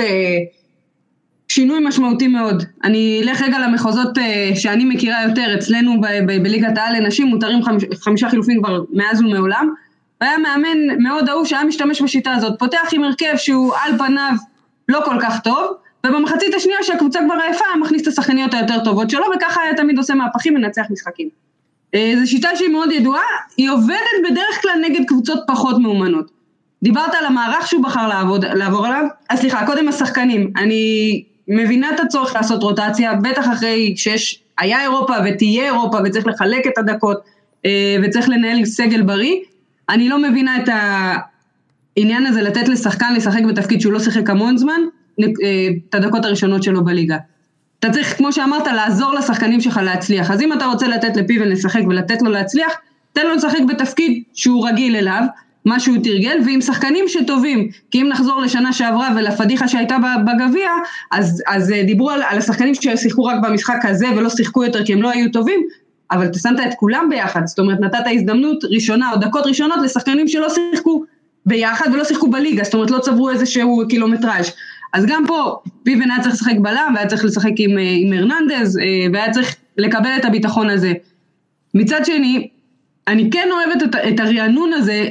שינוי משמעותי מאוד. אני אלך רגע למחוזות שאני מכירה יותר, אצלנו בליגת העל לנשים, מותרים 5 חילופים כבר מאז ומעולם, והיה מאמן מאוד אהוב שהיה משתמש בשיטה הזאת, פותח עם הרכב שהוא על פניו לא כל כך טוב, ובמחצית השנייה שהקבוצה כבר עייפה, מכניס את השחקניות היותר טובות שלו, וככה היה תמיד עושה מהפכים מנצח משחקים. זו שיטה שהיא מאוד ידועה, היא עובדת בדרך כלל נגד קבוצות פחות מאומנות. דיברת על המערך שהוא בחר לעבור עליו, אז סליחה, קודם השחקנים, אני מבינה את הצורך לעשות רוטציה, בטח אחרי היה אירופה ותהיה אירופה, וצריך לחלק את הדקות, וצריך לנהל סגל בריא, אני לא מבינה את העניין הזה לתת לשחקן לשחק בתפקיד שהוא לא שיחק המון זמן, את הדקות הראשונות שלו בליגה. אתה צריך, כמו שאמרת, לעזור לשחקנים שלך להצליח. אז אם אתה רוצה לתת לפיבן לשחק ולתת לו להצליח, תן לו לשחק בתפקיד שהוא רגיל אליו, מה שהוא תרגל, ועם שחקנים שטובים, כי אם נחזור לשנה שעברה ולפדיחה שהייתה בגביע, אז דיברו על השחקנים ששיחקו רק במשחק הזה ולא שיחקו יותר כי הם לא היו טובים, אבל אתה שמת את כולם ביחד, זאת אומרת נתת הזדמנות ראשונה או דקות ראשונות לשחקנים שלא שיחקו ביחד ולא שיחקו בליגה, זאת אומרת לא צברו איזשהו קילומטראז'. אז גם פה פיבן היה צריך לשחק בלם, והיה צריך לשחק עם הרננדז, והיה צריך לקבל את הביטחון הזה. מצד שני, אני כן אוהבת את הרענון הזה,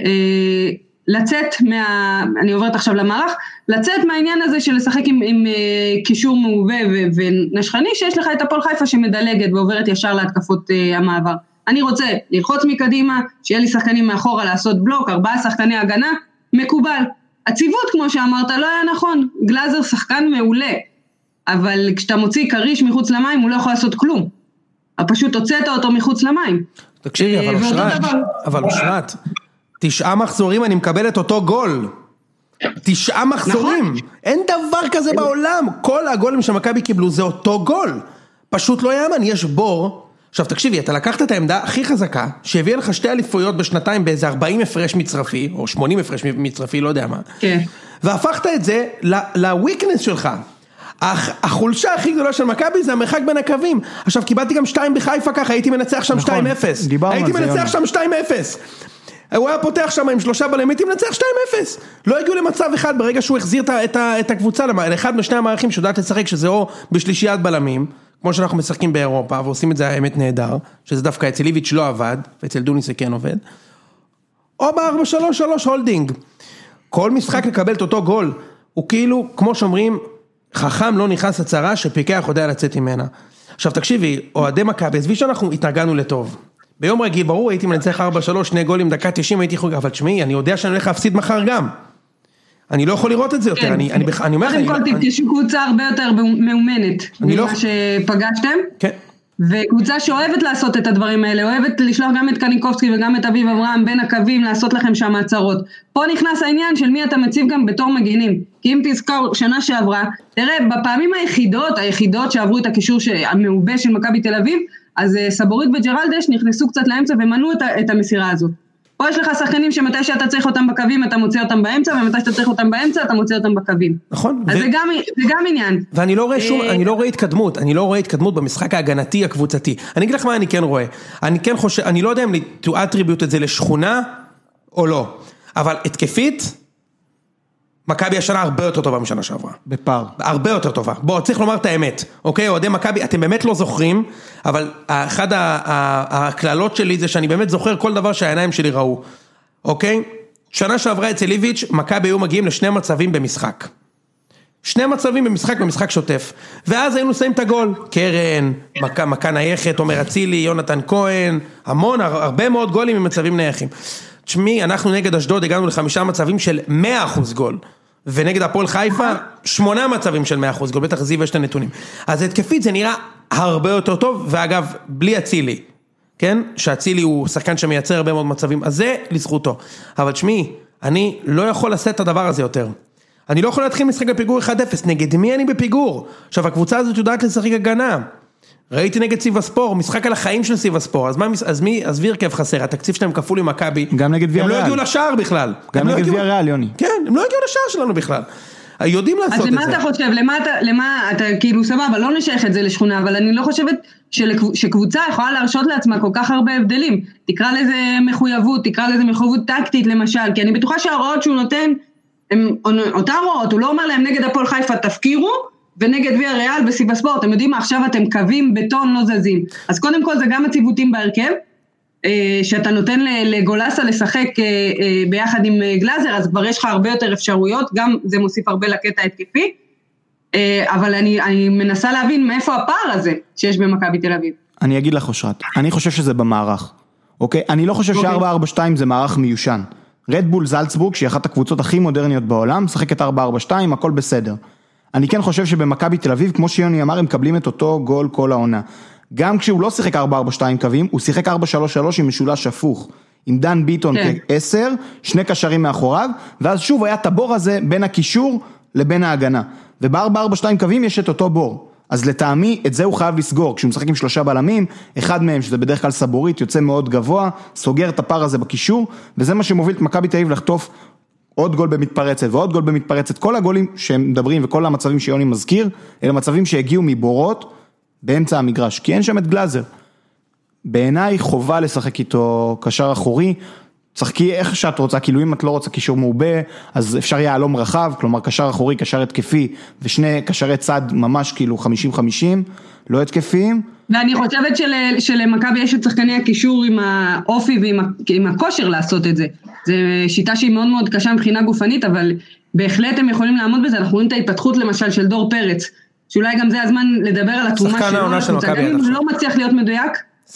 לצאת אני עוברת עכשיו למערך, לצאת מהעניין הזה של לשחק עם קישור מעובה ונשכני, שיש לך את הפועל חיפה שמדלגת ועוברת ישר להתקפות המעבר. אני רוצה ללחוץ מקדימה, שיהיה לי שחקנים מאחורה לעשות בלוק, 4 שחקני הגנה, מקובל. הציבות, כמו שאמרת, לא היה נכון. גלאזר שחקן מעולה, אבל כשאתה מוציא קריש מחוץ למים, הוא לא יכול לעשות כלום. פשוט הוצאת אותו מחוץ למים. תקשיבי, אבל אושרת, 9 מחזורים אני מקבל את אותו גול. 9 מחזורים. אין דבר כזה בעולם. כל הגולים שמכבי קיבלו זה אותו גול. פשוט לא יאמן, יש בור. עכשיו תקשיבי, אתה לקחת את העמדה הכי חזקה, שהביאה לך 2 אליפויות בשנתיים באיזה 40 הפרש מצרפי, או 80 הפרש מצרפי, לא יודע מה. כן. והפכת את זה לוויקנס שלך. החולשה הכי גדולה של מכבי זה המרחק בין הקווים. עכשיו קיבלתי גם 2 בחיפה ככה, הייתי מנצח שם 2-0. הייתי מנצח שם 2-0. הוא היה פותח שם עם 3 בלמים, הייתי מנצח 2-0. לא הגיעו למצב אחד ברגע שהוא החזיר את הקבוצה לאחד משני המערכים שיודעת לשחק, שזה או בשלישיית בלמים, כמו שאנחנו משחקים באירופה, ועושים את זה האמת נהדר, שזה דווקא אצל ליביץ' לא עבד, ואצל דוניס זה כן עובד, או ב-4-3-3 הולדינג. כל משחק לקבל את אותו גול, הוא כאילו, כמו שאומרים, חכם לא נכנס לצרה, שפיקח יודע לצאת ממנה. עכשיו תקשיבי, אוהדי מכבי, עזבי שאנחנו התרגלנו לטוב. ביום רגיל, ברור, הייתי מנצח 4-3, 2 גולים, דקה 90, הייתי חוג, אבל תשמעי, אני יודע שאני הולך להפסיד מחר גם. אני לא יכול לראות את זה יותר, אני אומר לך... קודם כל תפגשו קבוצה הרבה יותר מאומנת, ממה שפגשתם, וקבוצה שאוהבת לעשות את הדברים האלה, אוהבת לשלוח גם את קניקובסקי וגם את אביב אברהם בין הקווים, לעשות לכם שם הצהרות. פה נכנס העניין של מי אתה מציב גם בתור מגינים, כי אם תזכור שנה שעברה, תראה, בפעמים היחידות שעברו את הקישור המעובה של מכבי תל אביב, אז סבורית וג'רלדש נכנסו קצת לאמצע ומנעו את המסירה הזאת. פה יש לך שחקנים שמתי שאתה צריך אותם בקווים, אתה מוציא אותם באמצע, ומתי שאתה צריך אותם באמצע, אתה מוציא אותם בקווים. נכון. אז זה גם עניין. ואני לא רואה אני לא רואה התקדמות במשחק ההגנתי הקבוצתי. אני אגיד לך מה אני כן רואה. אני כן חושב, אני לא יודע אם to attribute את זה לשכונה, או לא. אבל התקפית, מכבי השנה הרבה יותר טובה משנה שעברה. בפער. הרבה יותר טובה. בוא, צריך לומר את האמת. אוקיי, אוהדי מכבי, אתם באמת לא זוכרים, אבל אחד הכללות שלי זה שאני באמת זוכר כל דבר שהעיניים שלי ראו. אוקיי? שנה שעברה אצל ליביץ', מכבי היו מגיעים ל2 מצבים במשחק. 2 מצבים במשחק שוטף. ואז היינו שמים את הגול. קרן, מכה נייחת, עומר אצילי, יונתן כהן, הרבה מאוד גולים עם מצבים נייחים. תשמעי, אנחנו נגד אשדוד הגענו ל5 מצבים של 100% גול. ונגד הפועל חיפה, 8 מצבים של 100% גול, בטח זיו יש את הנתונים. אז התקפית זה נראה הרבה יותר טוב, ואגב, בלי אצילי, כן? שאצילי הוא שחקן שמייצר הרבה מאוד מצבים, אז זה לזכותו. אבל תשמעי, אני לא יכול לשאת את הדבר הזה יותר. אני לא יכול להתחיל משחק בפיגור 1-0, נגד מי אני בפיגור? עכשיו, הקבוצה הזאת יודעת לשחק הגנה. ראיתי נגד סיב הספור, משחק על החיים של סיב הספור, אז מי הרכב חסר? התקציב שלהם כפול עם מכבי. גם נגד ויה ריאל. הם לא הגיעו לשער בכלל. גם נגד ויה ריאל, יוני. כן, הם לא הגיעו לשער שלנו בכלל. יודעים לעשות את זה. אז למה אתה חושב? למה אתה כאילו סבבה, לא נשייך את זה לשכונה, אבל אני לא חושבת שקבוצה יכולה להרשות לעצמה כל כך הרבה הבדלים. תקרא לזה מחויבות טקטית למשל, כי אני בטוחה שההוראות שהוא נותן, הם אותה הוראות, הוא לא אומר להם נגד הפועל חיפה תפקירו, ונגד ויה ריאל בסיב הספורט, אתם יודעים מה, עכשיו אתם קווים בטון לא זזים. אז קודם כל זה גם הציוותים בהרכב, שאתה נותן לגולסה לשחק ביחד עם גלאזר, אז כבר יש לך הרבה יותר אפשרויות, גם זה מוסיף הרבה לקטע התקפי, אבל אני מנסה להבין מאיפה הפער הזה שיש במכבי תל אביב. אני אגיד לך אושרת, אני חושב שזה במערך, אוקיי? אני לא חושב ש442 זה מערך מיושן. רדבול זלצבורג, שהיא אחת הקבוצות הכי מודרניות בעולם, משחקת 442, הכל בסדר. אני כן חושב שבמכבי תל אביב, כמו שיוני אמר, הם מקבלים את אותו גול כל העונה. גם כשהוא לא שיחק 4-4-2 קווים, הוא שיחק 4-3-3 עם משולש הפוך. עם דן ביטון כ10, 2 קשרים מאחוריו, ואז שוב היה את הבור הזה בין הקישור לבין ההגנה. וב-4-4-2 קווים יש את אותו בור. אז לטעמי, את זה הוא חייב לסגור, כשהוא משחק עם 3 בלמים, אחד מהם, שזה בדרך כלל סבורית, יוצא מאוד גבוה, סוגר את הפער הזה בקישור, וזה מה שמוביל את מכבי תל אביב לחטוף עוד גול במתפרצת, ועוד גול במתפרצת, כל הגולים שהם מדברים, וכל המצבים שיוני מזכיר, אלה מצבים שהגיעו מבורות, באמצע המגרש, כי אין שם את גלאזר. בעיניי חובה לשחק איתו קשר אחורי, צחקי איך שאת רוצה, כאילו אם את לא רוצה קישור מעובה, אז אפשר יעלום רחב, כלומר קשר אחורי, קשר התקפי, ושני קשרי צד ממש כאילו 50-50, לא התקפיים. ואני חושבת שלמכבי יש את שחקני הקישור עם האופי ועם הכושר לעשות את זה. זו שיטה שהיא מאוד מאוד קשה מבחינה גופנית, אבל בהחלט הם יכולים לעמוד בזה. אנחנו רואים את ההתפתחות למשל של דור פרץ, שאולי גם זה הזמן לדבר על התרומה שלו, גם אם הוא לא מצליח להיות מדויק.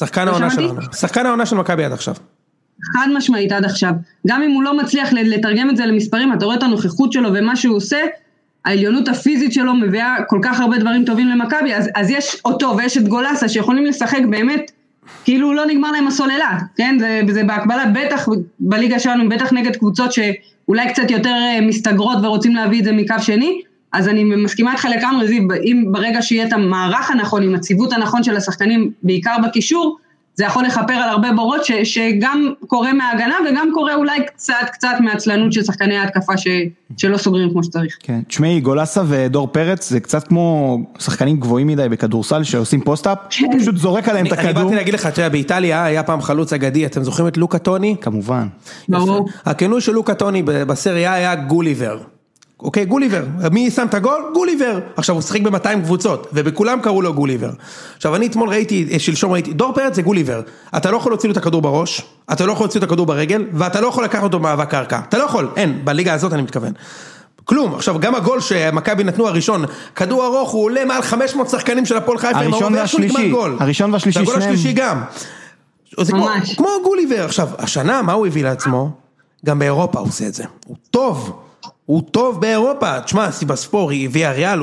שחקן העונה של מכבי עד עכשיו. חד משמעית עד עכשיו. גם אם הוא לא מצליח לתרגם את זה למספרים, אתה רואה את הנוכחות שלו ומה שהוא עושה, העליונות הפיזית שלו מביאה כל כך הרבה דברים טובים למכבי, אז יש אותו ויש את גולסה שיכולים לשחק באמת, כאילו לא נגמר להם הסוללה, כן? זה בהקבלה בטח בליגה שלנו, בטח נגד קבוצות שאולי קצת יותר מסתגרות ורוצים להביא את זה מקו שני, אז אני מסכימה איתך לגמרי, זיו, אם ברגע שיהיה את המערך הנכון, עם הציוות הנכון של השחקנים, בעיקר בקישור, זה יכול לחפר על הרבה בורות שגם קורה מההגנה וגם קורה אולי קצת מהצלנות של שחקני ההתקפה שלא סוגרים כמו שצריך. כן, תשמעי, גולסה ודור פרץ זה קצת כמו שחקנים גבוהים מדי בכדורסל שעושים פוסט-אפ, פשוט זורק עליהם את הכדור. אני באתי להגיד לך, באיטליה היה פעם חלוץ אגדי, אתם זוכרים את לוקה טוני? כמובן. ברור. הכינוי של לוקה טוני בסריה היה גוליבר. אוקיי, גוליבר, מי שם את הגול? גוליבר. עכשיו הוא שחק ב-200 קבוצות, ובכולם קראו לו גוליבר. עכשיו אני אתמול שלשום ראיתי, דור פרץ זה גוליבר. אתה לא יכול להוציא לו את הכדור בראש, אתה לא יכול להוציא לו את הכדור ברגל, ואתה לא יכול לקחת אותו מאבק קרקע. אתה לא יכול, אין, בליגה הזאת אני מתכוון. כלום, עכשיו גם הגול שמכבי נתנו הראשון, כדור ארוך, הוא עולה מעל 500 שחקנים של הפועל חיפה, הראשון והשלישי, והגול השלישי גם. זה כמו גוליבר. עכשיו, השנה, מה הוא הביא לעצמו? גם באירופה הוא עושה את זה. הוא טוב. הוא טוב באירופה, תשמע, סיבספור, ויה ריאל,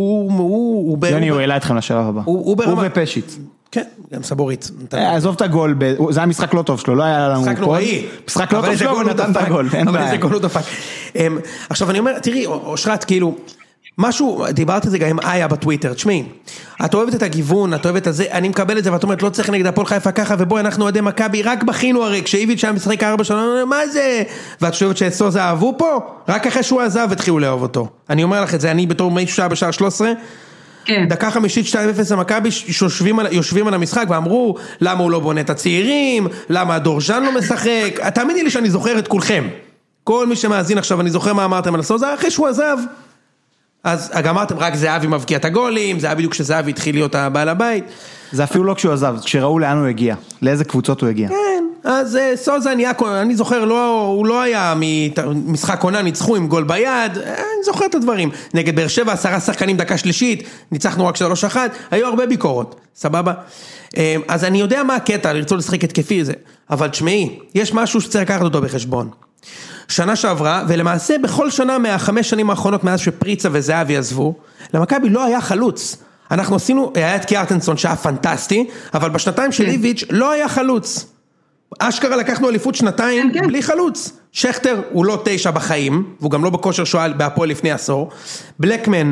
הוא יוני, הוא העלה אתכם לשלב הבא. הוא ופשיט. כן, גם סבורית. עזוב את הגול, זה היה משחק לא טוב שלו, לא היה לנו... משחק נוראי. משחק לא טוב שלו, הוא נתן את הגול. אבל איזה גול הוא דפק. עכשיו אני אומר, תראי, אושרת, כאילו, משהו, דיברתי את זה גם עם איה בטוויטר, תשמעי, את אוהבת את הגיוון, את אוהבת את זה, אני מקבל את זה, ואת אומרת, לא צריך נגד הפועל חיפה ככה, ובואי, אנחנו אוהדי מכבי, רק בכינו הרי, כשאיביץ' היה משחק 4 שנה, מה זה? ואת חושבת שסוזה אהבו פה? רק אחרי שהוא עזב, התחילו לאהוב אותו. אני אומר לך את זה, אני בתור מישהו שהיה בשעה 13, דקה 50 2-0 המכבי, יושבים על המשחק, ואמרו, למה הוא לא בונה את הצעירים, למה הדורז'אן לא משחק, תאמיני לי שאני זוכר את כולכם. כל מי שמאזין עכשיו, אני זוכר מה אמרתם על סוזה, אחרי שהוא עזב. אז אמרתם רק זהבי מבקיע את הגולים, זה היה בדיוק כשזהבי התחיל להיות הבעל הבית. זה אפילו לא כשהוא עזב, כשראו לאן הוא הגיע, לאיזה קבוצות הוא הגיע. כן, אז סוזה נהיה, אני זוכר, הוא לא היה משחק עונה, ניצחו עם גול ביד, אני זוכר את הדברים. נגד באר שבע, 10 שחקנים דקה שלישית, ניצחנו רק 3-1, היו הרבה ביקורות, סבבה? אז אני יודע מה הקטע, לרצות לשחק התקפי זה, אבל תשמעי, יש משהו שצריך לקחת אותו בחשבון. שנה שעברה, ולמעשה בכל שנה מה5 שנים האחרונות מאז שפריצה וזהבי עזבו, למכבי לא היה חלוץ. אנחנו עשינו, היה את קיארטנסון שהיה פנטסטי, אבל בשנתיים של איביץ' לא היה חלוץ. אשכרה לקחנו אליפות שנתיים בלי חלוץ. שכטר הוא לא 9 בחיים, והוא גם לא בכושר שואל בהפועל לפני עשור. בלקמן,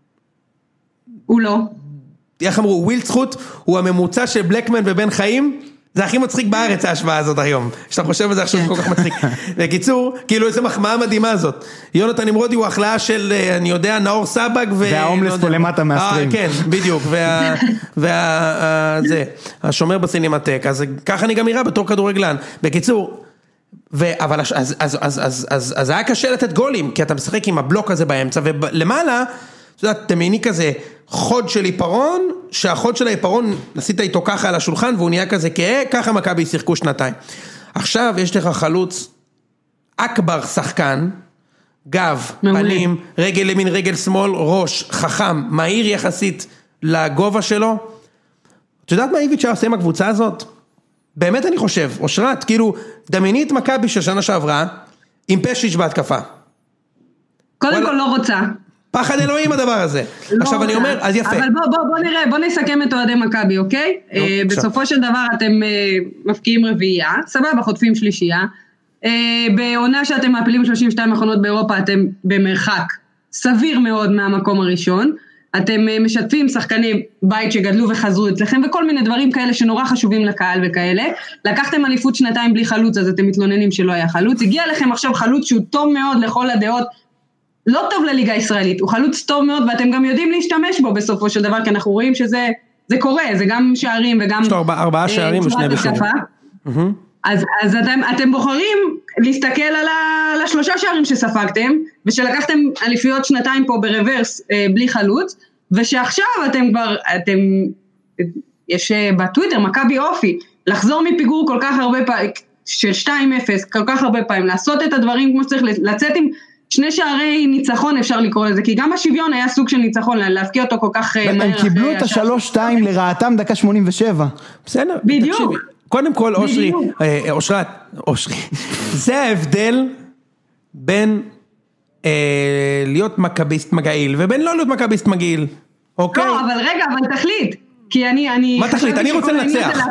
הוא לא. איך אמרו, ווילדסחוט הוא הממוצע של בלקמן ובן חיים, זה הכי מצחיק בארץ ההשוואה הזאת היום, שאתה חושב על זה עכשיו, זה כל כך מצחיק. בקיצור, כאילו איזה מחמאה מדהימה הזאת. יונתן נמרודי הוא החלאה של, אני יודע, נאור סבג וההומלס פה למטה מהסטרים. כן, בדיוק, השומר בסינמטק, אז ככה אני גם נראה בתור כדורגלן. בקיצור, אבל אז היה קשה לתת גולים, כי אתה משחק עם הבלוק הזה באמצע, ולמעלה, אתה יודע, תמיני כזה חוד של עיפרון, שהחוד של העיפרון נסית איתו ככה על השולחן, והוא נהיה כזה ככה מכבי שיחקו שנתיים. עכשיו יש לך חלוץ אכבר שחקן, גב, פנים, רגל ימין, רגל שמאל, ראש, חכם, מהיר יחסית לגובה שלו. את יודעת מה איביץ' עושה עם הקבוצה הזאת? באמת אני חושב, אושרת, כאילו, דמייני מכבי של שנה שעברה, עם פשיץ' בהתקפה. קודם כל לא רוצה. פחד אלוהים הדבר הזה. עכשיו אני אומר, אז יפה. אבל בוא נראה, בוא נסכם את אוהדי מכבי, אוקיי? בסופו של דבר אתם מפקיעים רביעייה, סבבה, חוטפים שלישייה. בעונה שאתם מעפילים 32 מכונות באירופה, אתם במרחק סביר מאוד מהמקום הראשון. אתם משתפים שחקני בית שגדלו וחזרו אצלכם, וכל מיני דברים כאלה שנורא חשובים לקהל וכאלה. לקחתם אליפות 2 בלי חלוץ, אז אתם מתלוננים שלא היה חלוץ. הגיע לכם עכשיו חלוץ שהוא טוב מאוד לכל הדעות, לא טוב לליגה הישראלית, הוא חלוץ טוב מאוד, ואתם גם יודעים להשתמש בו בסופו של דבר, כי אנחנו רואים שזה קורה, זה גם שערים וגם... יש לו 4 שערים ושני בישולים. אז אתם בוחרים להסתכל על 3 שערים שספגתם, ושלקחתם אליפויות 2 פה ברוורס בלי חלוץ, ושעכשיו יש בטוויטר מכבי אופי, לחזור מפיגור כל כך הרבה פעמים, של 2-0, כל כך הרבה פעמים, לעשות את הדברים כמו שצריך, לצאת עם 2 שערי ניצחון אפשר לקרוא לזה, כי גם השוויון היה סוג של ניצחון, להפקיע אותו כל כך מהר. הם קיבלו את ה-3-2 לרעתם דקה 87. בסדר, בדיוק. קודם כל, אושרי, זה ההבדל בין להיות מכביסט מגעיל, ובין לא להיות מכביסט מגעיל, אוקיי? לא, אבל רגע, אבל תחליט, כי אני... מה תחליט? אני רוצה לנצח.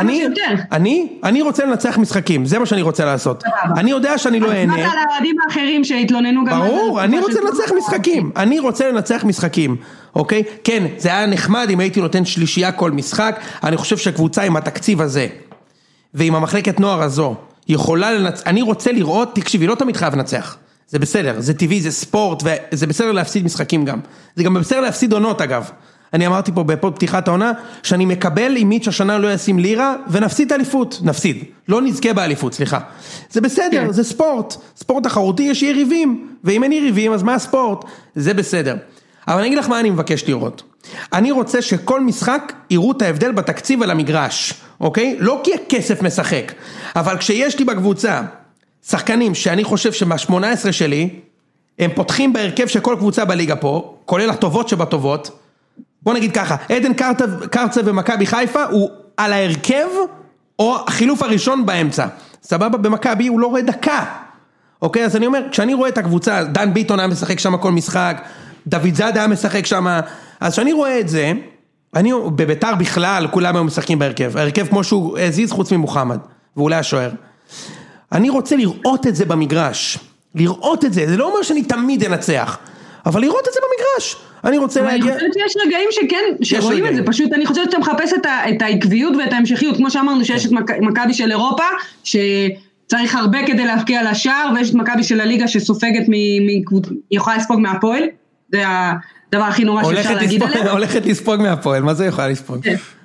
אני רוצה לנצח משחקים, זה מה שאני רוצה לעשות. אני יודע שאני לא אהנה. אז מה על העדים האחרים שהתלוננו גם... ברור, אני רוצה לנצח משחקים. אני רוצה לנצח משחקים, אוקיי? כן, זה היה נחמד אם הייתי נותן שלישייה כל משחק. אני חושב שהקבוצה עם התקציב הזה, ועם המחלקת נוער הזו, יכולה לנצח. אני רוצה לראות, תקשיבי, לא תמיד חייב לנצח. זה בסדר, זה טבעי, זה ספורט, וזה בסדר להפסיד משחקים גם. זה גם בסדר להפסיד עונות אגב. אני אמרתי פה בפוד פתיחת העונה, שאני מקבל עם מיץ' השנה לא ישים לירה, ונפסיד אליפות, נפסיד, לא נזכה באליפות, סליחה. זה בסדר, זה ספורט, ספורט תחרותי, יש יריבים, ואם אין יריבים, אז מה הספורט? זה בסדר. אבל אני אגיד לך מה אני מבקש לראות. אני רוצה שכל משחק יראו את ההבדל בתקציב על המגרש, אוקיי? לא כי הכסף משחק, אבל כשיש לי בקבוצה שחקנים שאני חושב שמה-18 שלי, הם פותחים בהרכב של כל קבוצה בליגה פה, כולל הטובות שבטובות, בוא נגיד ככה, עדן קרצב ומכבי חיפה הוא על ההרכב או החילוף הראשון באמצע. סבבה, במכבי הוא לא רואה דקה. אוקיי, אז אני אומר, כשאני רואה את הקבוצה, דן ביטון היה משחק שם כל משחק, דוד זאדה היה משחק שם, אז כשאני רואה את זה, אני בביתר בכלל, כולם היו משחקים בהרכב. ההרכב כמו שהוא הזיז חוץ ממוחמד, ואולי השוער. אני רוצה לראות את זה במגרש. לראות את זה, זה לא אומר שאני תמיד אנצח, אבל לראות את זה במגרש. אני רוצה להגיע... אני חושבת שיש רגעים שרואים את זה, פשוט אני חושבת שאתה מחפש את העקביות ואת ההמשכיות, כמו שאמרנו שיש את מכבי של אירופה, שצריך הרבה כדי להפקיע על השער, ויש את מכבי של הליגה שסופגת, יכולה לספוג מהפועל, זה הדבר הכי נורא שאפשר להגיד עליה. הולכת לספוג מהפועל, מה זה יכולה לספוג?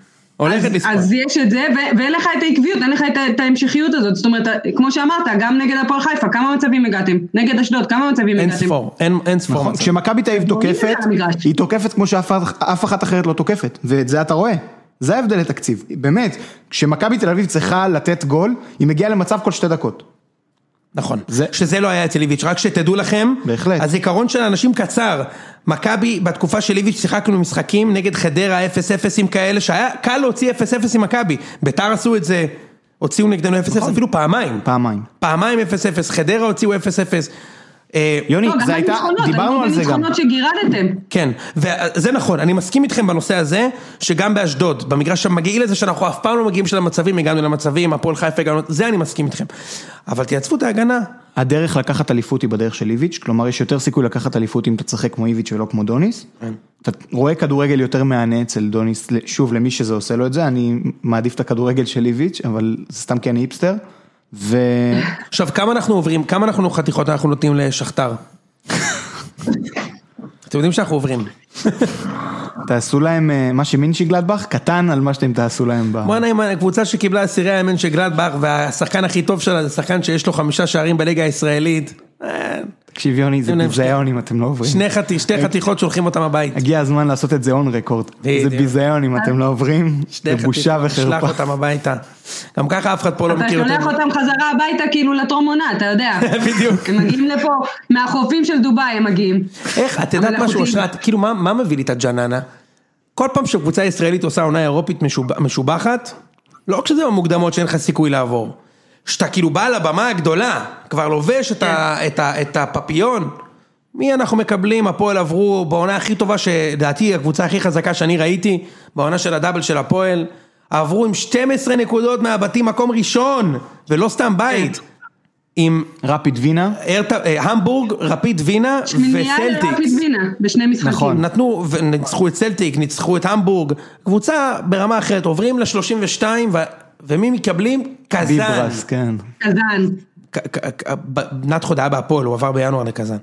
אז יש את זה, ואין לך את העקביות, אין לך את ההמשכיות הזאת, זאת אומרת, כמו שאמרת, גם נגד הפועל חיפה, כמה מצבים הגעתם? נגד אשדוד, כמה מצבים הגעתם? אין ספור. כשמכבי תל אביב תוקפת, היא תוקפת כמו שאף אחת אחרת לא תוקפת, ואת זה אתה רואה. זה ההבדל לתקציב, באמת, כשמכבי תל אביב צריכה לתת גול, היא מגיעה למצב כל 2 דקות. נכון, שזה לא היה אצל ליביץ', רק שתדעו לכם, הזיכרון של האנשים קצר, מכבי בתקופה של ליביץ' שיחקנו משחקים נגד חדרה 0-0 עם כאלה, שהיה קל להוציא 0-0 עם מכבי, ביתר עשו את זה, הוציאו נגדנו 0-0 אפילו פעמיים 0-0, חדרה הוציאו 0-0, יוני, זה הייתה, דיברנו על זה גם. שגירדתם. כן, וזה נכון, אני מסכים איתכם בנושא הזה, שגם באשדוד, במגרש המגיעי לזה שאנחנו אף פעם לא מגיעים של המצבים, הגענו למצבים, הפועל חיפה הגענו, זה אני מסכים איתכם. אבל תייצבו את ההגנה. הדרך לקחת אליפות היא בדרך של איביץ', כלומר יש יותר סיכוי לקחת אליפות אם אתה צחק כמו איביץ' ולא כמו דוניס. אתה רואה כדורגל יותר מענה אצל דוניס, שוב למי שזה עושה לו את זה, אני מעדיף את הכדורגל של איביץ', אבל זה סתם כי אני היפסטר. עכשיו, כמה אנחנו עוברים, כמה חתיכות אנחנו נותנים לשכתר? אתם יודעים שאנחנו עוברים. תעשו להם מה שמינשי גלדבך, קטן על מה שאתם תעשו להם. בוא נעים, הקבוצה שקיבלה סירי הימן של גלדבך, והשחקן הכי טוב שלה זה שחקן שיש לו 5 שערים בליגה הישראלית. תקשיב יוני, זה ביזיון אם אתם לא עוברים. שתי חתיכות שולחים אותם הבית. הגיע הזמן לעשות את זה און רקורד. זה ביזיון אם אתם לא עוברים. זה בושה וחרפה. שלח אותם הביתה. גם ככה אף אחד פה לא מכיר אותם. אתה שולח אותם חזרה הביתה כאילו לטרום עונה, אתה יודע. בדיוק. הם מגיעים לפה, מהחופים של דובאי הם מגיעים. איך, את יודעת משהו, אושרת, כאילו מה מביא לי את הג'ננה? כל פעם שקבוצה ישראלית עושה עונה אירופית משובחת, לא כשזה במוקדמות שאין לך סיכוי לעבור. שאתה כאילו בא לבמה הגדולה, כבר לובש את הפפיון, מי אנחנו מקבלים? הפועל עברו בעונה הכי טובה שדעתי הקבוצה הכי חזקה שאני ראיתי, בעונה של הדאבל של הפועל, עברו עם 12 נקודות מהבתים מקום ראשון, ולא סתם בית. עם רפיד וינה, המבורג, רפיד וינה שמיניה לרפיד וינה, בשני משחקים. נכון. נתנו, ניצחו את סלטיק, ניצחו את המבורג, קבוצה ברמה אחרת, עוברים ל-32, ומי מקבלים? קזן. ביברס, כן. קזן. נת חודעה בהפועל, הוא עבר בינואר לקזן.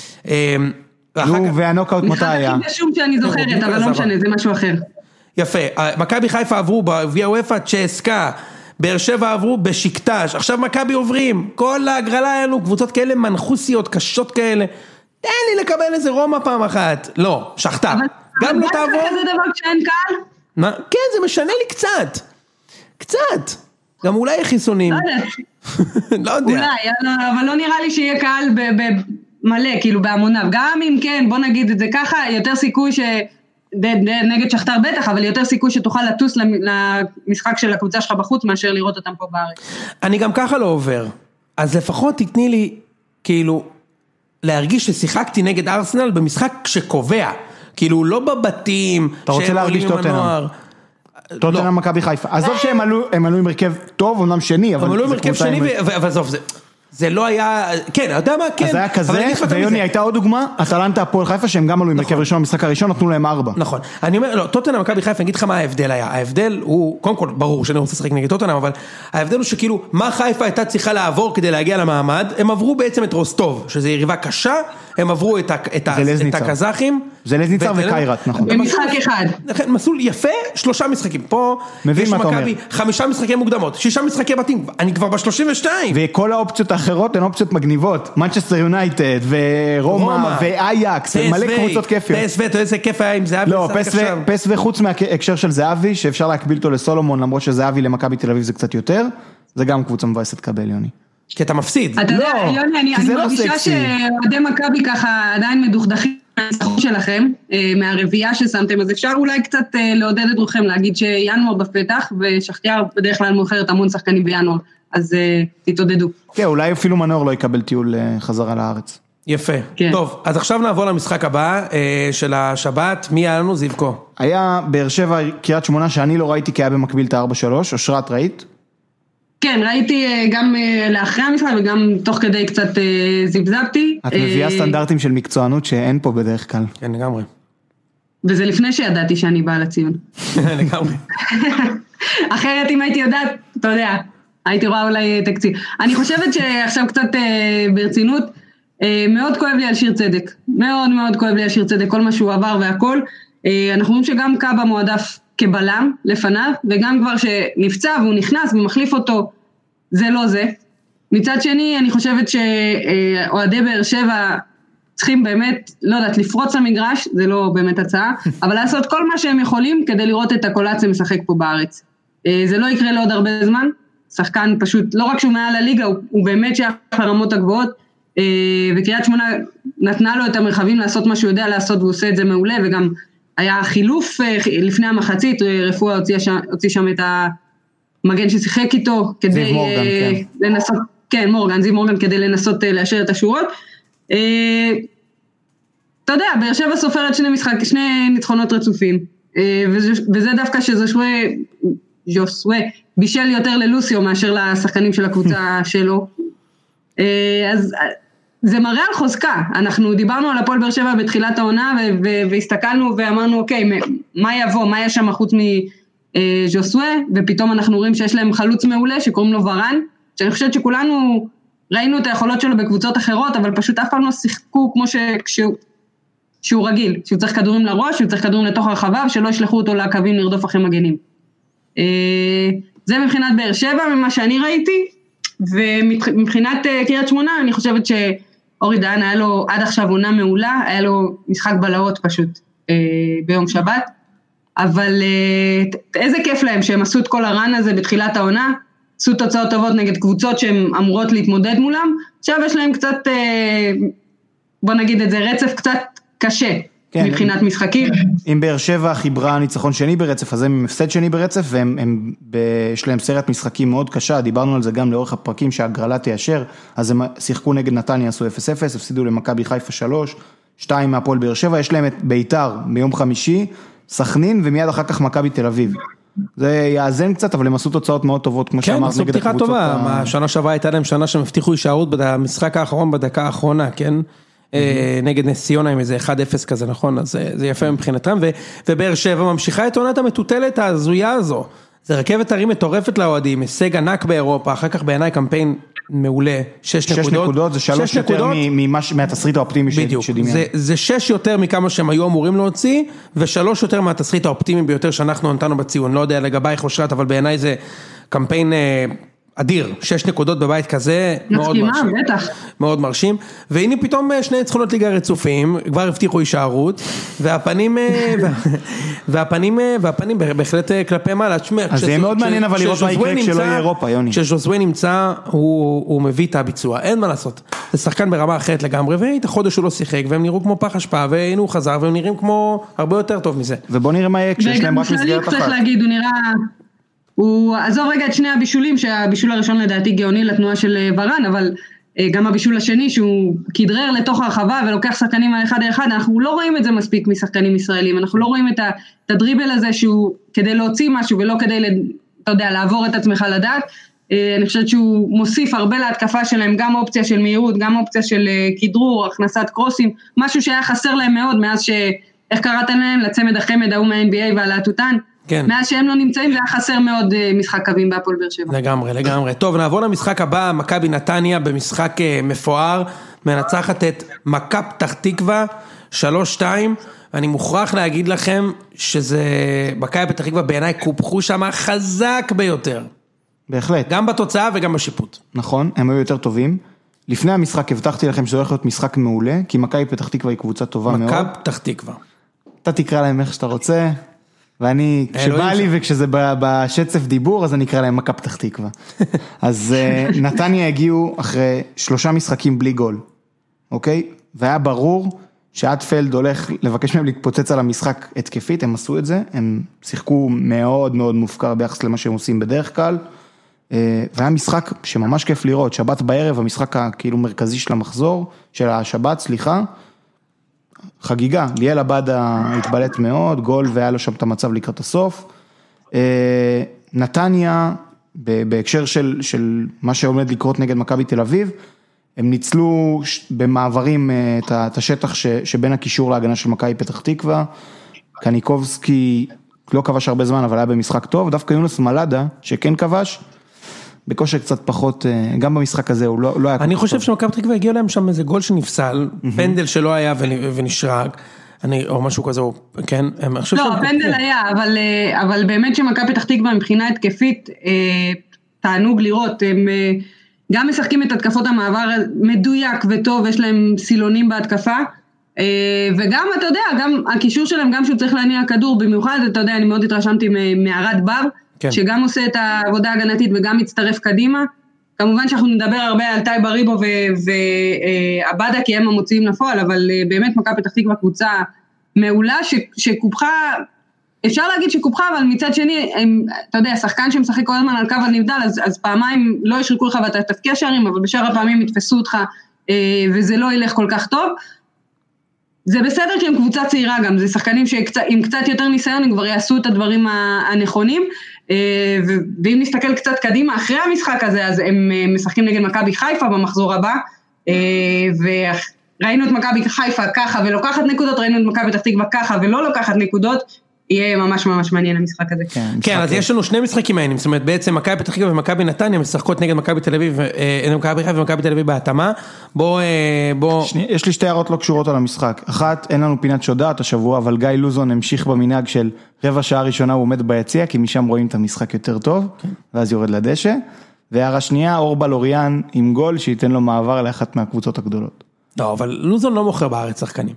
והנוקאוט מתי היה? מחלקים לשום שאני זוכרת, אבל לא משנה, זה משהו אחר. יפה, מכבי חיפה עברו בגביע וופא, צ'סקה, באר שבע עברו בשקטש, עכשיו מכבי עוברים, כל ההגרלה היה לנו קבוצות כאלה מנחוסיות, קשות כאלה, תן לי לקבל איזה רומא פעם אחת, לא, שחטה, גם לא תעבור. אבל זה דבר כשאין קהל? מה? כן, זה משנה לי קצת, גם אולי חיסונים. לא יודע. אולי, אבל לא נראה לי שיהיה קהל מלא, כאילו בהמוניו, גם אם כן, בוא נגיד את זה ככה, יותר סיכוי נגד שחטר בטח, אבל יותר סיכוי שתוכל לטוס למשחק של הקבוצה שלך בחוץ, מאשר לראות אותם פה בארץ. אני גם ככה לא עובר, אז לפחות תתני לי, כאילו, להרגיש ששיחקתי נגד ארסנל במשחק שקובע, כאילו לא בבתים, אתה רוצה להרגיש טוטנהאם מכבי חיפה, עזוב שהם עלו עם הרכב טוב, אומנם שני, אבל הם עלו עם הרכב שני, אבל עזוב, זה לא היה, כן, אתה יודע מה, כן. אז היה כזה, ויוני הייתה עוד דוגמה, אטלנטה הפועל חיפה, שהם גם עלו עם הרכב ראשון, במשחק הראשון נתנו להם 4. נכון, אני אומר, לא, טוטנהאם מכבי חיפה, אני אגיד לך מה ההבדל היה, ההבדל הוא, קודם כל, ברור שאני רוצה לשחק נגד טוטנהאם, אבל ההבדל הוא שכאילו, מה חיפה הייתה צריכה לעבור כדי להגיע למעמד, הם עברו בעצם את רוסטוב, שזו יריבה קשה, הם עברו את הקזחים. זה לזניצר וקיירת, נכון. במשחק אחד. מסלול יפה, 3 משחקים, פה יש מכבי 5 משחקי מוקדמות, 6 משחקי בתים, אני כבר ב-32. וכל האופציות האחרות הן אופציות מגניבות, מנצ'סטר יונייטד ורומא ואייקס, מלא קבוצות כיפיות. פסו, אתה יודע איזה כיף היה עם זהבי? לא, פסו חוץ מההקשר של זהבי, שאפשר להקביל אותו לסולומון, למרות שזהבי למכבי תל אביב זה קצת יותר, זה גם קבוצה מבאסת קבל, יוני. כי אתה מפסיד. אתה יודע, יוני, אני מרגישה שעדי מכבי ככה עדיין מדוכדכים מהניצחון שלכם, מהרביעייה ששמתם, אז אפשר אולי קצת לעודד את רוחכם, להגיד שינואר בפתח, ושחטיאר בדרך כלל מוכרת המון שחקנים בינואר, אז תתעודדו. כן, אולי אפילו מנור לא יקבל טיול חזרה לארץ. יפה. טוב, אז עכשיו נעבור למשחק הבא של השבת, מי היה לנו? זיבקו. היה באר שבע קריית שמונה שאני לא ראיתי, כי היה במקביל את 4-3, אושרת ראית? כן, ראיתי גם לאחרי המשחק וגם תוך כדי קצת זיבזבתי. את מביאה סטנדרטים של מקצוענות שאין פה בדרך כלל. כן, לגמרי. וזה לפני שידעתי שאני באה לציון. לגמרי. אחרת אם הייתי יודעת, אתה יודע, הייתי רואה אולי תקציב. אני חושבת שעכשיו קצת ברצינות, מאוד כואב לי על שיר צדק. מאוד מאוד כואב לי על שיר צדק, כל מה שהוא עבר והכל. אנחנו רואים שגם קאבה מועדף כבלם לפניו, וגם כבר שנפצע והוא נכנס ומחליף אותו, זה לא זה. מצד שני, אני חושבת שאוהדי באר שבע צריכים באמת, לא יודעת, לפרוץ למגרש, זה לא באמת הצעה, אבל לעשות כל מה שהם יכולים כדי לראות את הקולציה משחק פה בארץ. זה לא יקרה לעוד הרבה זמן, שחקן פשוט, לא רק שהוא מעל הליגה, הוא באמת שייך לרמות הגבוהות, וקריית שמונה נתנה לו את המרחבים לעשות מה שהוא יודע לעשות, והוא עושה את זה מעולה, וגם היה חילוף לפני המחצית, רפואה הוציא שם את המגן ששיחק איתו, כדי לנסות, כן, זיו מורגן, כדי לנסות לאשר את השורות. אתה יודע, באר שבע סופרת שני ניצחונות רצופים, וזה דווקא שז'וסווה בישל יותר ללוסיו מאשר לשחקנים של הקבוצה שלו. אז זה מראה על חוזקה, אנחנו דיברנו על הפועל באר שבע בתחילת העונה, והסתכלנו ואמרנו, אוקיי, מה יבוא, מה יש שם חוץ מז'וסווה, ופתאום אנחנו רואים שיש להם חלוץ מעולה, שקוראים לו ורן, שאני חושבת שכולנו ראינו את היכולות שלו בקבוצות אחרות, אבל פשוט אף פעם לא שיחקו כמו שהוא רגיל, שהוא צריך כדורים לראש, שהוא צריך כדורים לתוך הרחבה, ושלא ישלחו אותו לקווים לרדוף אחרי מגנים. זה מבחינת באר שבע, ממה שאני ראיתי, ומבחינת קריית שמונה, אני חושבת שאורי דהן היה לו עד עכשיו עונה מעולה, היה לו משחק בלהות פשוט ביום שבת, אבל איזה כיף להם שהם עשו את כל הרן הזה בתחילת העונה, עשו תוצאות טובות נגד קבוצות שהן אמורות להתמודד מולם, עכשיו יש להם קצת, בוא נגיד את זה, רצף קצת קשה. כן, מבחינת משחקים. אם באר שבע חיברה ניצחון שני ברצף, אז הם הפסד שני ברצף, ויש להם סרט משחקים מאוד קשה, דיברנו על זה גם לאורך הפרקים שהגרלה תיישר, אז הם שיחקו נגד נתניה, עשו 0-0, הפסידו למכבי חיפה 3, 2 מהפועל באר שבע, יש להם את ביתר ביום חמישי, סכנין, ומיד אחר כך מכבי תל אביב. זה יאזן קצת, אבל הם עשו תוצאות מאוד טובות, כמו שאמרת, נגד הקבוצות. כן, עשו פתיחה טובה, השנה שעברה הייתה להם שנה שהם הבטיחו הישארות במשחק האחרון, בדקה האחרונה, כן? נגד נס ציונה עם איזה 1-0 כזה, נכון? אז זה יפה מבחינתם, ובאר שבע ממשיכה את עונת המטוטלת ההזויה הזו. זה רכבת הרים מטורפת לאוהדים, הישג ענק באירופה, אחר כך בעיניי קמפיין מעולה, 6 נקודות, זה 3 יותר מהתסריט האופטימי שדמיין. זה 6 יותר מכמה שהם היו אמורים להוציא, ו3 יותר מהתסריט האופטימי ביותר שאנחנו נתנו בציון, לא יודע לגבייך אושרת, אבל בעיניי זה קמפיין אדיר, 6 נקודות בבית כזה, מאוד מרשים. בטח. מאוד מרשים, והנה פתאום 2 ניצחונות ליגה רצופים, כבר הבטיחו הישארות, והפנים בהחלט כלפי מעלה. אז זה מאוד מעניין אבל לראות מה יקרה כשלא יהיה אירופה, יוני. כשז'וזווה נמצא, הוא מביא את הביצוע, אין מה לעשות. זה שחקן ברמה אחרת לגמרי, והיית החודש הוא לא שיחק, והם נראו כמו פח אשפה, והנה הוא חזר, והם נראים כמו הרבה יותר טוב מזה. ובוא נראה מה יהיה כשיש להם רק מסגרת אחת. הוא עזוב רגע את שני הבישולים, שהבישול הראשון לדעתי גאוני לתנועה של ורן, אבל גם הבישול השני שהוא כדרר לתוך הרחבה ולוקח שחקנים על אחד על אחד, אנחנו לא רואים את זה מספיק משחקנים ישראלים, אנחנו לא רואים את הדריבל הזה שהוא כדי להוציא משהו ולא כדי, אתה יודע, לעבור את עצמך לדעת, אני חושבת שהוא מוסיף הרבה להתקפה שלהם, גם אופציה של מהירות, גם אופציה של כדרור, הכנסת קרוסים, משהו שהיה חסר להם מאוד מאז איך קראתם להם? לצמד החמד ההוא מה-NBA והלהטוטן, כן. מאז שהם לא נמצאים, זה היה חסר מאוד משחק קווים בהפועל באר שבע. לגמרי. טוב, נעבור למשחק הבא, מכבי נתניה, במשחק מפואר, מנצחת את מכבי פתח תקווה, 3-2, אני מוכרח להגיד לכם, שזה, מכבי פתח תקווה בעיניי קופחו שם חזק ביותר. בהחלט. גם בתוצאה וגם בשיפוט. נכון, הם היו יותר טובים. לפני המשחק הבטחתי לכם שזה הולך להיות משחק מעולה, כי מכבי פתח תקווה היא קבוצה טובה מאוד. מכבי פתח תקווה. אתה תקרא להם איך שאתה רוצה. ואני, כשבא לי וכשזה בשצף דיבור, אז אני אקרא להם מכבי פתח תקווה. אז נתניה הגיעו אחרי 3 משחקים בלי גול, אוקיי? והיה ברור שאטפלד הולך לבקש מהם להתפוצץ על המשחק התקפית, הם עשו את זה, הם שיחקו מאוד מאוד מופקר ביחס למה שהם עושים בדרך כלל, והיה משחק שממש כיף לראות, שבת בערב, המשחק הכאילו מרכזי של המחזור, של השבת, סליחה, חגיגה, ליאל עבדה התבלט מאוד, גול והיה לו שם את המצב לקראת הסוף. נתניה, בהקשר של מה שעומד לקרות נגד מכבי תל אביב, הם ניצלו במעברים את השטח שבין הקישור להגנה של מכבי פתח תקווה, קניקובסקי לא כבש הרבה זמן, אבל היה במשחק טוב, דווקא יונס מלאדה, שכן כבש, בכושר קצת פחות, גם במשחק הזה הוא לא היה... אני חושב שמכבי פתח תקווה הגיע להם שם איזה גול שנפסל, פנדל שלא היה ונשרק, או משהו כזה, כן? לא, הפנדל היה, אבל באמת שמכבי פתח תקווה מבחינה התקפית, תענוג לראות, הם גם משחקים את התקפות המעבר מדויק וטוב, יש להם סילונים בהתקפה, וגם, אתה יודע, גם הקישור שלהם, גם שהוא צריך להניע כדור, במיוחד, אתה יודע, אני מאוד התרשמתי מערד בר, כן. שגם עושה את העבודה ההגנתית וגם מצטרף קדימה, כמובן שאנחנו נדבר הרבה על טייב אריבו ועבדה, כי הם המוציאים לפועל, אבל באמת מכבי פתח תקווה קבוצה מעולה, שקופחה, אפשר להגיד שקופחה, אבל מצד שני, אתה יודע, שחקן שמשחק כל הזמן על קו הנבדל, אז פעמיים לא ישרקו לך ואתה תפקיע שערים, אבל בשאר הפעמים יתפסו אותך, וזה לא ילך כל כך טוב. זה בסדר כי הם קבוצה צעירה גם, זה שחקנים שעם קצת יותר ניסיון, הם כבר יעשו את הדברים הנכונים, ואם נסתכל קצת קדימה אחרי המשחק הזה, אז הם משחקים נגד מכבי חיפה במחזור הבא, וראינו את מכבי חיפה ככה ולוקחת נקודות, ראינו את מכבי פתח תקווה ככה ולא לוקחת נקודות, יהיה ממש ממש מעניין המשחק הזה. כן, אז יש לנו 2 משחקים מעניינים, זאת אומרת בעצם מכבי פתח תקווה ומכבי נתניה משחקות נגד מכבי תל אביב, מכבי חיפה ומכבי תל אביב בהתאמה. יש לי 2 הערות לא קשורות על המשחק. אחת, אין לנו פינת שודעת השבוע, אבל גיא לוזון המשיך במנהג של רבע שעה ראשונה הוא עומד ביציע, כי משם רואים את המשחק יותר טוב, ואז יורד לדשא. והערה שנייה, אורבל אוריאן עם גול שייתן לו מעבר לאחת מהקבוצות הגדולות. לא, אבל לוזון לא מוכר בארץ שחקנים.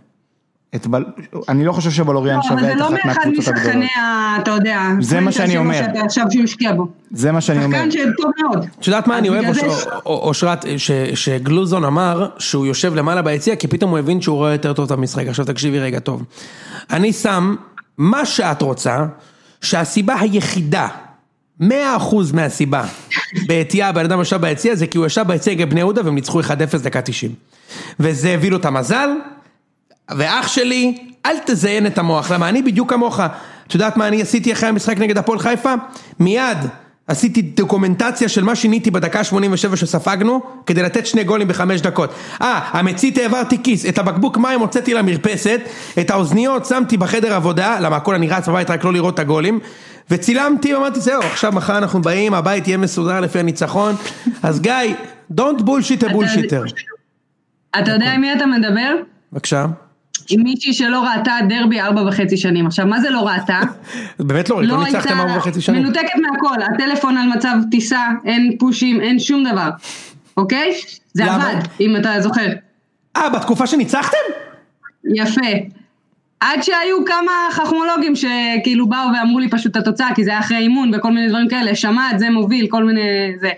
אני לא חושב שבלוריאן שווה את אחת מהקבוצות הגדולות. אתה יודע, זה מה שאני אומר. עכשיו שהוא השקיע בו. זה מה שאני אומר. שחקן שטוב מאוד. את יודעת מה אני אוהב, אושרת, שגלוזון אמר שהוא יושב למעלה ביציע, כי פתאום הוא הבין שהוא רואה יותר טוב את המשחק. עכשיו תקשיבי רגע טוב. אני שם מה שאת רוצה, שהסיבה היחידה, 100% מהסיבה, ביציע, בן אדם ישב ביציע, זה כי הוא ישב ביציע נגד בני יהודה, והם ניצחו 1-0 דקה 90. וזה הביא לו את המזל, ואח שלי, אל תזיין את המוח, למה אני בדיוק כמוך, את יודעת מה אני עשיתי אחרי המשחק נגד הפועל חיפה? מיד עשיתי דוקומנטציה של מה שיניתי בדקה 87 שספגנו, כדי לתת 2 גולים ב5 דקות. המצית העברתי כיס, את הבקבוק מים הוצאתי למרפסת, את האוזניות שמתי בחדר עבודה, למה הכל אני רץ בבית רק לא לראות את הגולים, וצילמתי ואמרתי זהו, עכשיו מחר אנחנו באים, הבית יהיה מסודר לפי הניצחון, אז גיא, don't bullshit a bullshitter. אתה יודע עם מי אתה מדבר? בבקשה. עם מישהי שלא ראתה דרבי 4.5 שנים. עכשיו, מה זה לא ראתה? באמת לא ניצחתם 4.5 שנים. מנותקת מהכל, הטלפון על מצב טיסה, אין פושים, אין שום דבר. אוקיי? זה עבד, אם אתה זוכר. בתקופה שניצחתם? יפה. עד שהיו כמה חכמולוגים שכאילו באו ואמרו לי פשוט את התוצאה, כי זה היה אחרי אימון וכל מיני דברים כאלה, שמעת, זה מוביל, כל מיני זה.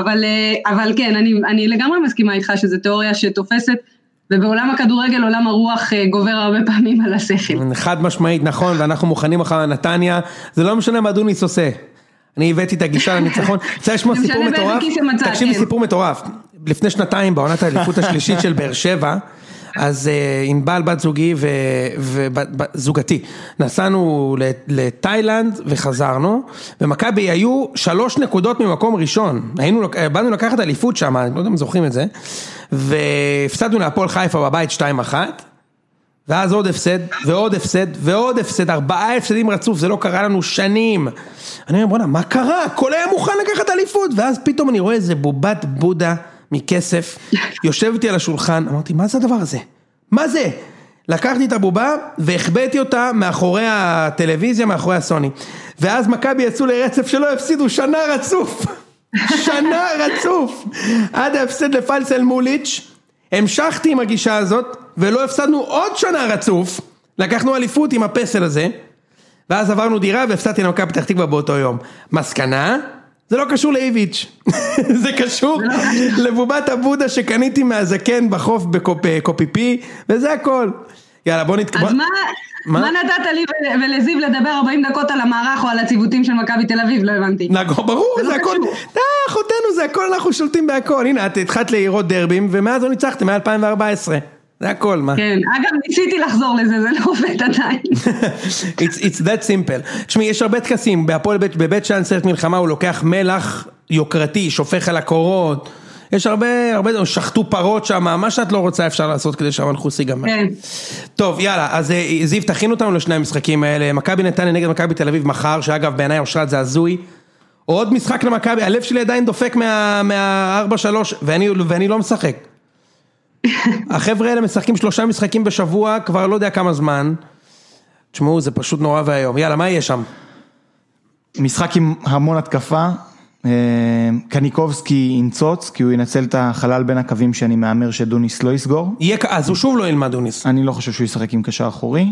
אבל כן, אני לגמרי מסכימה איתך שזה תיאוריה שתופסת, ובעולם הכדורגל, עולם הרוח גובר הרבה פעמים על השכל. חד משמעית, נכון, ואנחנו מוכנים אחר נתניה, זה לא משנה מה דוניס עושה. אני הבאתי את הגישה לניצחון, רוצה לשמוע סיפור מטורף? תקשיבי סיפור מטורף. לפני 2 בעונת האליפות השלישית של באר שבע, אז עם בעל בת זוגי וזוגתי, נסענו לתאילנד וחזרנו, במכבי היו 3 נקודות ממקום ראשון, באנו לקחת אליפות שם, אני לא יודע אם זוכרים את זה, והפסדנו להפועל חיפה בבית 2-1, ואז עוד הפסד, ועוד הפסד, ועוד הפסד, 4 הפסדים רצוף, זה לא קרה לנו שנים, אני אומר בוא'נה, מה קרה? הכל היה מוכן לקחת אליפות, ואז פתאום אני רואה איזה בובת בודה, מכסף, יושבתי על השולחן, אמרתי, מה זה הדבר הזה? מה זה? לקחתי את הבובה, והחבאתי אותה מאחורי הטלוויזיה, מאחורי הסוני. ואז מכבי יצאו לרצף שלא הפסידו שנה רצוף. שנה רצוף. עד ההפסד לפלסל מוליץ', המשכתי עם הגישה הזאת, ולא הפסדנו עוד שנה רצוף, לקחנו אליפות עם הפסל הזה, ואז עברנו דירה, והפסדתי למכבי פתח תקווה באותו יום. מסקנה? זה לא קשור לאיביץ', זה קשור לבובת הבודה שקניתי מהזקן בחוף בקופיפי, וזה הכל. יאללה בוא נתקבל. אז מה נתת לי ולזיו לדבר 40 דקות על המערך או על הציוותים של מכבי תל אביב? לא הבנתי. ברור, זה הכל, אחותנו זה הכל, אנחנו שולטים בהכל. הנה, את התחלת לראות דרבים, ומאז לא ניצחתם, מ-2014. זה הכל, מה? כן, אגב, ניסיתי לחזור לזה, זה לא עובד עדיין. It's that simple. תשמעי, יש הרבה תקסים, בבית שאן סרט מלחמה, הוא לוקח מלח יוקרתי, שופך על הקורות, יש הרבה, שחטו פרות שם, מה שאת לא רוצה אפשר לעשות כדי שהמלכוס ייגמר. כן. טוב, יאללה, אז זיו, תכין אותנו לשני המשחקים האלה, מכבי נתניה נגד מכבי תל אביב מחר, שאגב, בעיניי אושרת זה הזוי, עוד משחק למכבי, הלב שלי עדיין דופק מה-4-3, ואני לא משחק. החבר'ה האלה משחקים 3 משחקים בשבוע, כבר לא יודע כמה זמן. תשמעו, זה פשוט נורא והיום. יאללה, מה יהיה שם? משחק עם המון התקפה. קניקובסקי ינצוץ, כי הוא ינצל את החלל בין הקווים שאני מאמר שדוניס לא יסגור. אז הוא שוב לא ילמד דוניס. אני לא חושב שהוא ישחק עם קשר אחורי.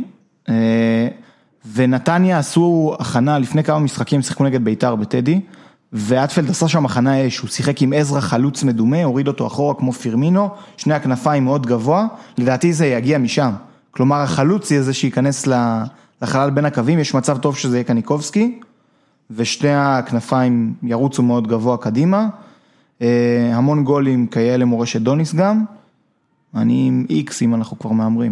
ונתניה עשו הכנה, לפני כמה משחקים שיחקו נגד ביתר בטדי, ואטפלד עשה שם הכנה אש, הוא שיחק עם עזרא חלוץ מדומה, הוריד אותו אחורה כמו פירמינו, 2 הכנפיים מאוד גבוה, לדעתי זה יגיע משם. כלומר, החלוץ יהיה זה שייכנס לחלל בין הקווים, יש מצב טוב שזה יהיה קניקובסקי, ו2 הכנפיים ירוצו מאוד גבוה קדימה, המון גולים כאלה מורשת דוניס גם, אני עם איקס אם אנחנו כבר מאמרים.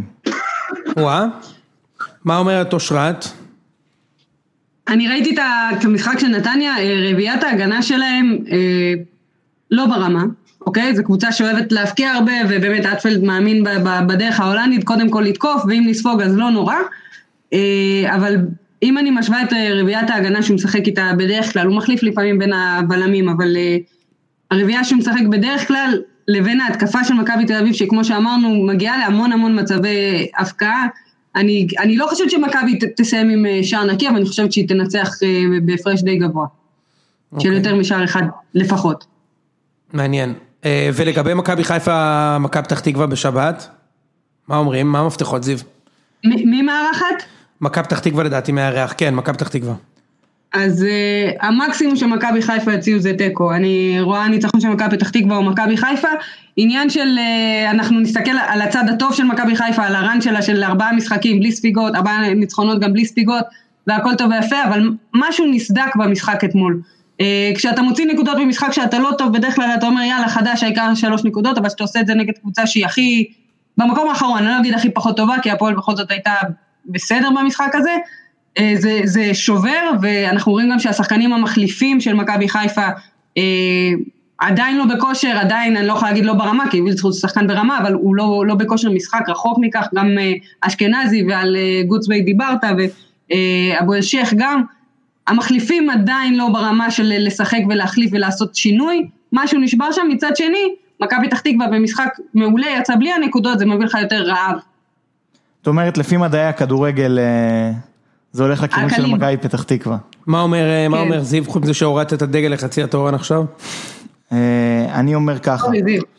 מה אומרת אושרת? אני ראיתי את המשחק של נתניה, רביעיית ההגנה שלהם לא ברמה, אוקיי? זו קבוצה שאוהבת להפקיע הרבה, ובאמת אטפלד מאמין בדרך ההולנדית, קודם כל לתקוף, ואם נספוג אז לא נורא, אבל אם אני משווה את רביעיית ההגנה שהוא משחק איתה בדרך כלל, הוא מחליף לפעמים בין הבלמים, אבל הרביעייה שהוא משחק בדרך כלל, לבין ההתקפה של מכבי תל אביב, שכמו שאמרנו, מגיעה להמון מצבי הפקעה, אני לא חושבת שמכבי תסיים עם שער נקי, אבל אני חושבת שהיא תנצח בהפרש די גבוה. של יותר משער אחד לפחות. מעניין. ולגבי מכבי חיפה, מכבי פתח תקווה בשבת, מה אומרים? מה המפתחות, זיו? מי מארחת? מכבי פתח תקווה לדעתי מארח, כן, מכבי פתח תקווה. אז המקסימום שמכבי חיפה יציעו זה תיקו, אני רואה ניצחון של מכבי פתח תקווה או מכבי חיפה, עניין של, אנחנו נסתכל על הצד הטוב של מכבי חיפה, על הרן שלה של 4 משחקים בלי ספיגות, 4 ניצחונות גם בלי ספיגות, והכל טוב ויפה, אבל משהו נסדק במשחק אתמול. כשאתה מוציא נקודות במשחק שאתה לא טוב, בדרך כלל אתה אומר יאללה חדש, העיקר 3 נקודות, אבל שאתה עושה את זה נגד קבוצה שהיא הכי, במקום האחרון, אני לא אגיד הכי פחות טובה, כי הפועל בכל זאת הייתה בסדר במשחק הזה, זה שובר, ואנחנו רואים גם שהשחקנים המחליפים של מכבי חיפה עדיין לא בכושר, עדיין אני לא יכולה להגיד לא ברמה, כי וילצחוט שחקן ברמה, אבל הוא לא בכושר משחק, רחוק מכך, גם אשכנזי ועל גוטסווי דיברת, ואבו אלשיך גם, המחליפים עדיין לא ברמה של לשחק ולהחליף ולעשות שינוי, משהו נשבר שם. מצד שני, מכבי פתח תקווה במשחק מעולה יצא בלי הנקודות, זה מביא לך יותר רעב. זאת אומרת, לפי מדעי הכדורגל, זה הולך לכיוון של מכבי פתח תקווה. מה אומר זיו, חוץ מזה שהורדת את הדגל לחצי התורן עכשיו? אני אומר ככה,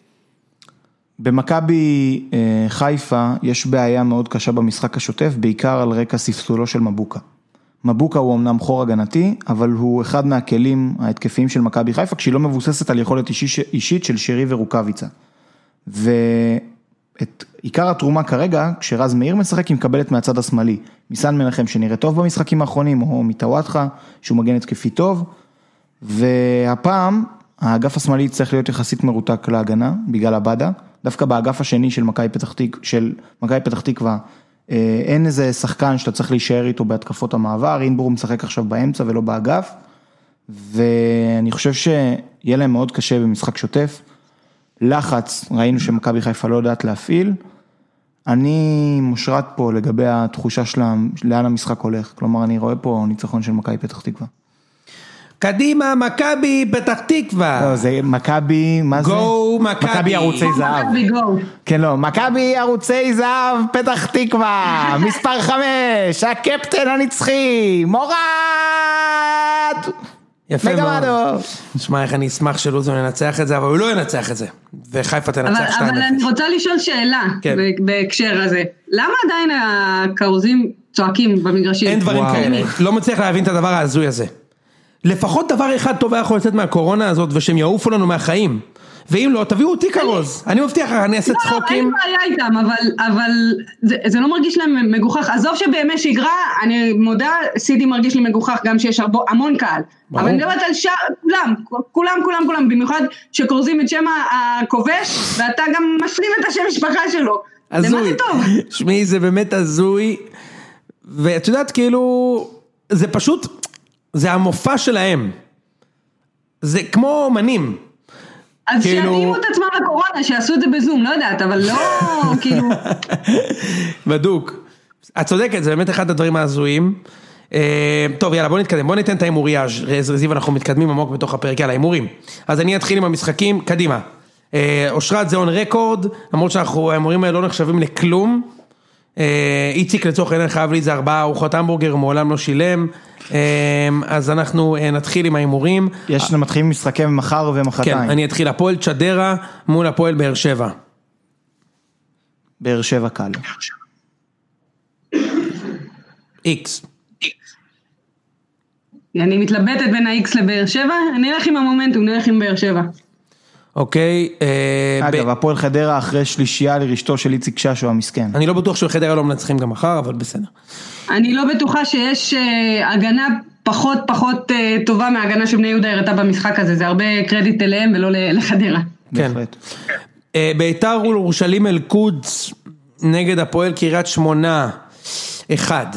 במכבי חיפה יש בעיה מאוד קשה במשחק השוטף, בעיקר על רקע ספסולו של מבוקה. מבוקה הוא אמנם חור הגנתי, אבל הוא אחד מהכלים ההתקפיים של מכבי חיפה, כשהיא לא מבוססת על יכולת אישית של שרי ורוקביצה. ואת עיקר התרומה כרגע, כשרז מאיר משחק, היא מקבלת מהצד השמאלי. מסן מנחם שנראה טוב במשחקים האחרונים, או מטוואטחה, שהוא מגן התקפי טוב, והפעם האגף השמאלי צריך להיות יחסית מרותק להגנה, בגלל הבאדה, דווקא באגף השני של מכבי פתח תקווה, אין איזה שחקן שאתה צריך להישאר איתו בהתקפות המעבר, אינבור משחק עכשיו באמצע ולא באגף, ואני חושב שיהיה להם מאוד קשה במשחק שוטף, לחץ, ראינו שמכבי חיפה לא יודעת להפעיל, אני מושרת פה לגבי התחושה שלהם, לאן המשחק הולך, כלומר אני רואה פה ניצחון של מכבי פתח תקווה. קדימה, מכבי פתח תקווה. לא, זה מכבי, מה זה? גו, מכבי ערוצי זהב. כן, לא, מכבי ערוצי זהב, פתח תקווה, מספר 5, הקפטן הנצחי, מורד! יפה מאוד. נשמע איך אני אשמח שלוזון ינצח את זה, אבל הוא לא ינצח את זה. וחיפה תנצח 2-0. אבל אני רוצה לשאול שאלה בהקשר הזה. למה עדיין הכרוזים צועקים במגרשים? אין דברים כאלה. לא מצליח להבין את הדבר ההזוי הזה. לפחות דבר אחד טוב היה יכול לצאת מהקורונה הזאת, ושהם יעופו לנו מהחיים. ואם לא, תביאו אותי כרוז. אני מבטיח, אני אעשה צחוקים. לא, אין בעיה איתם, אבל זה לא מרגיש להם מגוחך. עזוב שבימי שגרה, אני מודה, סידי מרגיש לי מגוחך, גם שיש המון קהל. אבל אני מדברת על כולם, במיוחד שקורזים את שם הכובש, ואתה גם משלים את השם משפחה שלו. למה זה טוב? שמי, זה באמת הזוי. ואת יודעת, כאילו, זה פשוט... זה המופע שלהם. זה כמו אומנים. אז שיתאימו את עצמם לקורונה, שיעשו את זה בזום, לא יודעת, אבל לא, כאילו... בדוק. את צודקת, זה באמת אחד הדברים ההזויים. טוב, יאללה, בוא נתקדם, בוא ניתן את האימוריאז' זיו, אנחנו מתקדמים עמוק בתוך הפרק, יאללה, אימורים. אז אני אתחיל עם המשחקים, קדימה. אושרת זה און רקורד, למרות שהאימורים האלה לא נחשבים לכלום. איציק לצורך העניין חייב לי זה 4 ארוחות המבורגר, הוא מעולם לא שילם. אז אנחנו נתחיל עם האימורים. יש מתחילים משחקי מחר ומחרתיים. כן, אני אתחיל הפועל צ'דרה מול הפועל באר שבע. באר שבע קל. איקס. אני מתלבטת בין ה-X לבאר שבע, אני אלך עם המומנטום, נלך עם באר שבע. אוקיי. אגב, הפועל חדרה אחרי שלישייה לרשתו של איציק ששו המסכן. אני לא בטוח שחדרה לא מנצחים גם מחר, אבל בסדר. אני לא בטוחה שיש הגנה פחות טובה מההגנה שבני יהודה הראתה במשחק הזה, זה הרבה קרדיט אליהם ולא לחדרה. כן. ביתר ירושלים אל-קודס נגד הפועל קריית שמונה 1.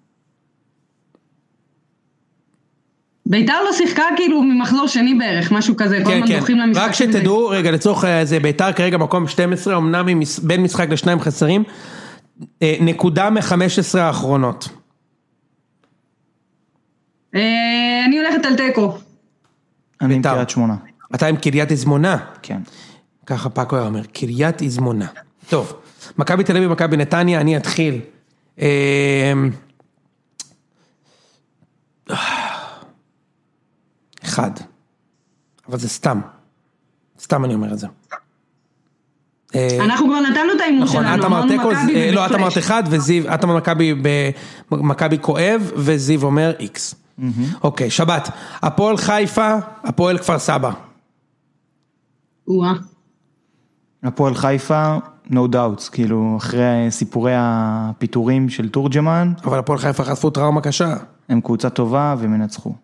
ביתר לא שיחקה כאילו ממחזור שני בערך, משהו כזה, כל הזמן דוחים למשחק. רק שתדעו, רגע, לצורך זה, ביתר כרגע מקום 12, אמנם בין משחק לשניים חסרים, נקודה מ-15 האחרונות. אני הולכת על תיקו. אני עם קריית שמונה. אתה עם קריית איזמונה? כן. ככה פאקו אומר, קריית איזמונה. טוב, מכבי תל אביב, מכבי נתניה, אני אתחיל. 1. אבל זה סתם. סתם אני אומר את זה. אנחנו כבר נתנו את האימון שלנו. נכון, את אמרת תיקו, לא, את אמרת 1 וזיו, את אמרת מכבי כואב, וזיו אומר X. אוקיי, שבת. הפועל חיפה, הפועל כפר סבא. הפועל חיפה, no doubts, כאילו אחרי סיפורי הפיטורים של תורג'מן. אבל הפועל חיפה חטפו טראומה קשה. הם קבוצה טובה והם ינצחו.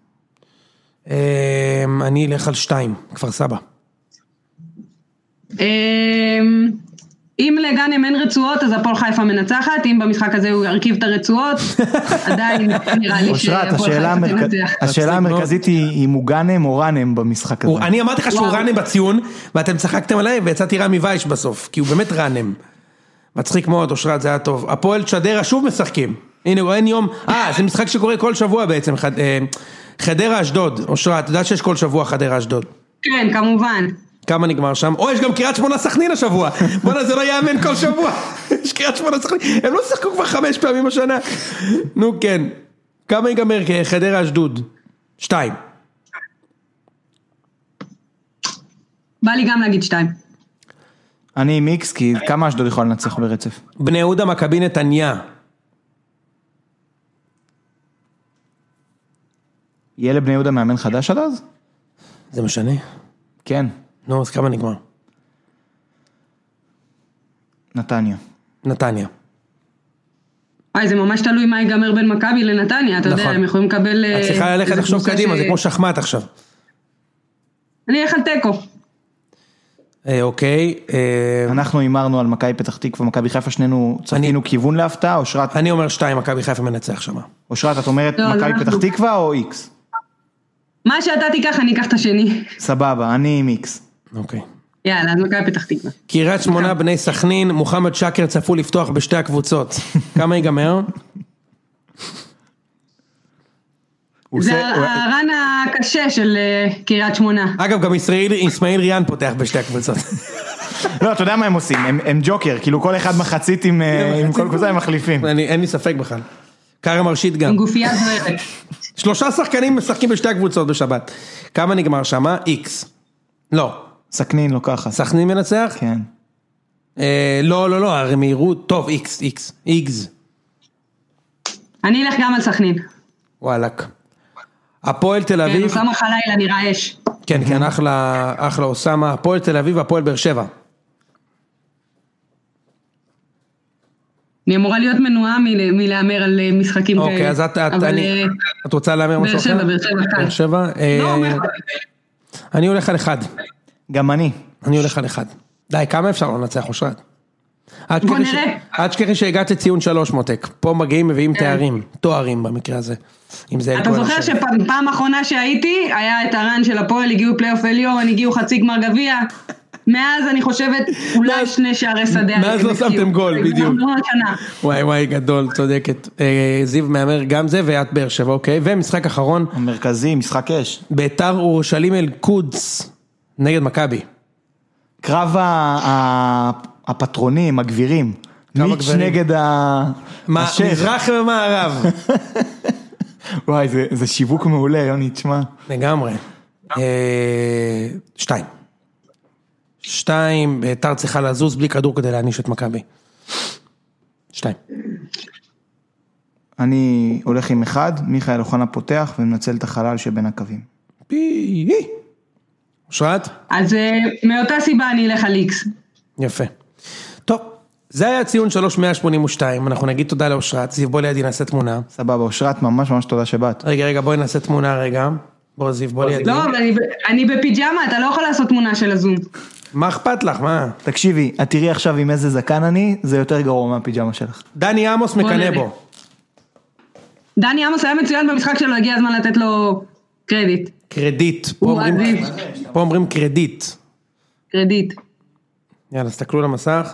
אני אלך על 2, כפר סבא. אם לגאנם אין רצועות, אז הפועל חיפה מנצחת, אם במשחק הזה הוא ירכיב את הרצועות, עדיין נראה לי שהפועל חיפה תנצח. השאלה המרכזית היא אם הוא גאנם או רנם במשחק הזה. אני אמרתי לך שהוא רנם בציון, ואתם צחקתם עליי, ויצאתי רמי וייש בסוף, כי הוא באמת רנם. מצחיק מאוד, אושרת, זה היה טוב. הפועל שדרה שוב משחקים. הנה, אין יום, זה משחק שקורה כל שבוע בעצם, חדרה אשדוד, אושרת, אתה יודע שיש כל שבוע חדרה אשדוד. כן, כמובן. כמה נגמר שם? יש גם קריית שמונה סכנין השבוע. בוא'נה, זה לא יאמן כל שבוע. יש קריית שמונה סכנין. הם לא שחקו כבר 5 פעמים השנה. נו, כן. כמה ייגמר חדרה אשדוד? 2. בא לי גם להגיד 2. אני מיקס, כי כמה אשדוד יכול לנצח ברצף? בני יהודה מכבי נתניה. יהיה לבני יהודה מאמן חדש עד אז? זה משנה. כן. נו, אז כמה נגמר? נתניה. זה ממש תלוי מה ייגמר בין מכבי לנתניה, אתה יודע, הם יכולים לקבל... את צריכה ללכת לחשוב קדימה, זה כמו שחמט עכשיו. אני אלך על תיקו. אוקיי. אנחנו אמרנו על מכבי פתח תקווה ומכבי חיפה, שנינו צפינו כיוון להפתעה, אושרת... אני אומר 2, מכבי חיפה מנצח שם. אושרת, את אומרת מכבי פתח תקווה או איקס? מה שאתה תיקח, אני אקח את השני. סבבה, אני מיקס. אוקיי. יאללה, אז מכבי פתח תקווה. קריית שמונה, בני סכנין, מוחמד שקר צפו לפתוח בשתי הקבוצות. כמה ייגמר? זה הרן הקשה של קריית שמונה. אגב, גם אסמאעיל ריאן פותח בשתי הקבוצות. לא, אתה יודע מה הם עושים? הם ג'וקר, כאילו כל אחד מחצית עם כל קבוצה הם מחליפים. אין לי ספק בכלל. קארה מרשית גם. עם גופייה זוהרת. 3 שחקנים משחקים בשתי הקבוצות בשבת. כמה נגמר שמה? איקס. לא. סכנין לא ככה. סכנין מנצח? כן. לא, הרי מהירות, טוב, איקס. אני אלך גם על סכנין. וואלק. הפועל תל אביב. כן, אוסמה חלילה נראה אש. כן, אחלה אוסמה. הפועל תל אביב והפועל באר שבע. אני אמורה להיות מנועה מלאמר על משחקים כאלה. אוקיי, אז את רוצה לאמר משהו אחר? באר שבע. לא, אני הולך על 1. גם אני הולך על 1. די, כמה אפשר לא לנצח אושרת? בוא נראה. עד שכחי שהגעת לציון 3 מותק. פה מגיעים מביאים תוארים במקרה הזה. אתה זוכר שפעם האחרונה שהייתי, היה את הרן של הפועל, הגיעו פלייאוף עליון, הגיעו חצי גמר גביע. מאז אני חושבת אולי 2 שערי שדה. מאז לא שמתם גול, בדיוק. וואי, גדול, צודקת. זיו מאמר גם זה, ואת באר שבע, אוקיי. ומשחק אחרון. המרכזי, משחק אש. ביתר אורשלים אל קודס, נגד מכבי. קרב הפטרונים, הגבירים. מיץ' נגד השף. מזרח ומערב. וואי, זה שיווק מעולה, יוני, תשמע. לגמרי. 2, ביתר צריכה לזוז בלי כדור כדי להעניש את מכבי. 2. אני הולך עם 1, מיכאל אוחנה פותח ומנצל את החלל שבין הקווים. אושרת? אז מאותה סיבה אני אלך על איקס. יפה. טוב, זה היה ציון 382, אנחנו נגיד תודה לאושרת, זיו בוא לידי נעשה תמונה. סבבה, אושרת ממש תודה שבאת. רגע, בואי נעשה תמונה רגע. בוא זיו, בוא לידי. לא, אני בפיג'מה, אתה לא יכול לעשות תמונה של הזום. מה אכפת לך, מה? תקשיבי, את תראי עכשיו עם איזה זקן אני, זה יותר גרוע מהפיג'מה שלך. דני עמוס מקנה בו. דני עמוס היה מצוין במשחק שלו, הגיע הזמן לתת לו קרדיט. קרדיט. פה אומרים קרדיט. קרדיט. יאללה, סתכלו למסך.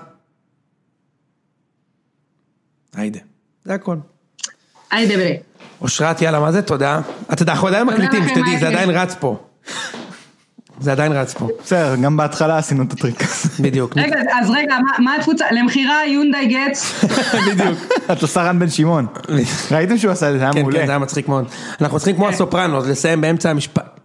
היידה. זה הכל. היידה בי. אושרת, יאללה, מה זה? תודה. אתה יודע, אנחנו עדיין מקליטים, שתדעי, זה עדיין רץ פה. בסדר, גם בהתחלה עשינו את הטריק. בדיוק. אז רגע, מה התפוצה? למחירה יונדאי גץ. בדיוק. את עושה רן בן שמעון. ראיתם שהוא עשה את זה? זה היה מעולה. כן, זה היה מצחיק מאוד. אנחנו צריכים כמו הסופרנוס, לסיים באמצע המשפט.